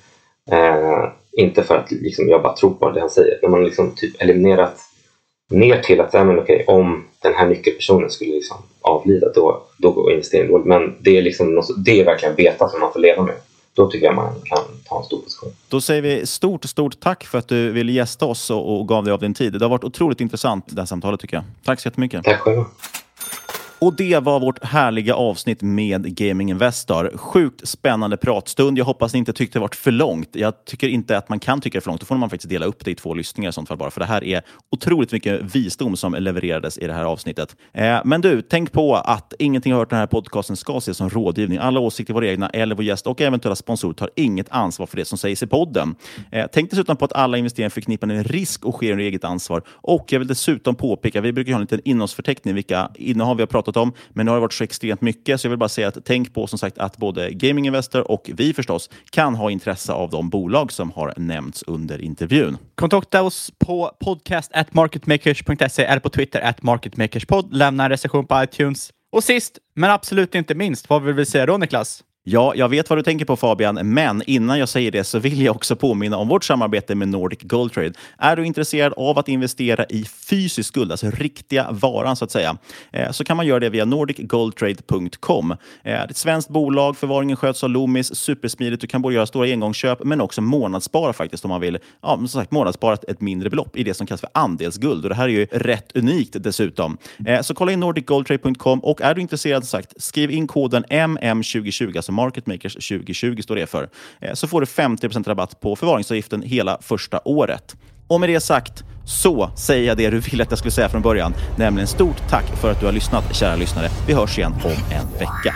Inte för att liksom, jag bara tror på det han säger. När man liksom typ eliminerat ner till att om den här nyckelpersonen skulle liksom avlida, då går investeringen dåligt. Men det är liksom det är verkligen veta som man får leva med. Då tycker jag man kan ta en stor position. Då säger vi stort tack för att du ville gästa oss och gav dig av din tid. Det har varit otroligt intressant det här samtalet, tycker jag. Tack så jättemycket. Tack själv. Och det var vårt härliga avsnitt med Gaming Investor. Sjukt spännande pratstund. Jag hoppas ni inte tyckte det var för långt. Jag tycker inte att man kan tycka det för långt. Då får man faktiskt dela upp det i 2 lyssningar i sånt fall bara. För det här är otroligt mycket visdom som levererades i det här avsnittet. Men du, tänk på att ingenting jag hört i den här podcasten ska ses som rådgivning. Alla åsikter våra egna eller vår gäst och eventuella sponsorer tar inget ansvar för det som sägs i podden. Tänk dessutom på att alla investeringar förknippar med en risk och sker under eget ansvar. Och jag vill dessutom påpeka, vi brukar ha en liten innehållsförteckning vilka innehav vi har pratat om, men nu har det varit så extremt mycket, så jag vill bara säga att tänk på som sagt att både Gaming Investor och vi förstås kan ha intresse av de bolag som har nämnts under intervjun. Kontakta oss på podcast@marketmakers.se eller på Twitter @marketmakerspod. Lämna en recension på iTunes. Och sist, men absolut inte minst, vad vill vi säga då, Niklas? Ja, jag vet vad du tänker på, Fabian, men innan jag säger det så vill jag också påminna om vårt samarbete med Nordic Gold Trade. Är du intresserad av att investera i fysisk guld, alltså riktiga varan så att säga, så kan man göra det via nordicgoldtrade.com. Det är ett svenskt bolag, förvaringen sköts av Loomis, supersmidigt. Du kan både göra stora engångsköp men också månadsspara faktiskt om man vill. Ja, som sagt, månadsspara ett mindre belopp i det som kallas för andelsguld. Och det här är ju rätt unikt dessutom. Så kolla in nordicgoldtrade.com och är du intresserad, som sagt, skriv in koden MM2020, alltså Market Makers 2020 står det för. Så får du 50% rabatt på förvaringsavgiften hela första året. Och med det sagt så säger jag det du ville att jag skulle säga från början. Nämligen stort tack för att du har lyssnat, kära lyssnare. Vi hörs igen om en vecka.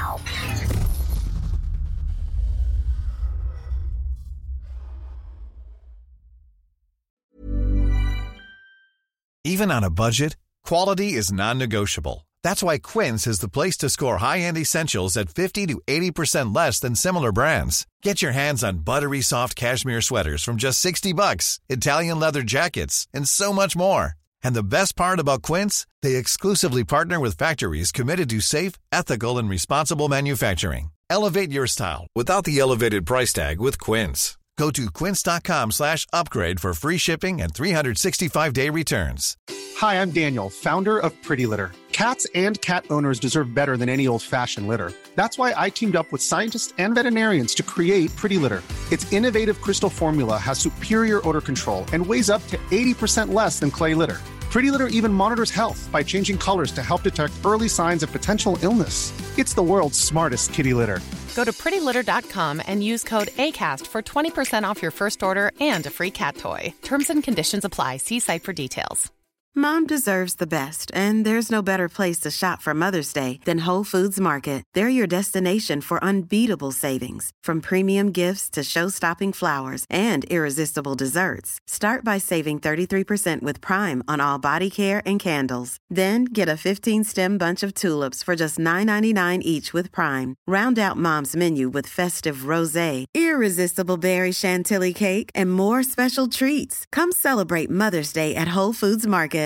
Even on a budget, quality is non-negotiable. That's why Quince is the place to score high-end essentials at 50 to 80% less than similar brands. Get your hands on buttery soft cashmere sweaters from just $60, Italian leather jackets, and so much more. And the best part about Quince, they exclusively partner with factories committed to safe, ethical, and responsible manufacturing. Elevate your style without the elevated price tag with Quince. Go to quince.com/upgrade for free shipping and 365-day returns. Hi, I'm Daniel, founder of Pretty Litter. Cats and cat owners deserve better than any old-fashioned litter. That's why I teamed up with scientists and veterinarians to create Pretty Litter. Its innovative crystal formula has superior odor control and weighs up to 80% less than clay litter. Pretty Litter even monitors health by changing colors to help detect early signs of potential illness. It's the world's smartest kitty litter. Go to prettylitter.com and use code ACAST for 20% off your first order and a free cat toy. Terms and conditions apply. See site for details. Mom deserves the best, and there's no better place to shop for Mother's Day than Whole Foods Market. They're your destination for unbeatable savings, from premium gifts to show-stopping flowers and irresistible desserts. Start by saving 33% with Prime on all body care and candles. Then get a 15-stem bunch of tulips for just $9.99 each with Prime. Round out Mom's menu with festive rosé, irresistible berry chantilly cake, and more special treats. Come celebrate Mother's Day at Whole Foods Market.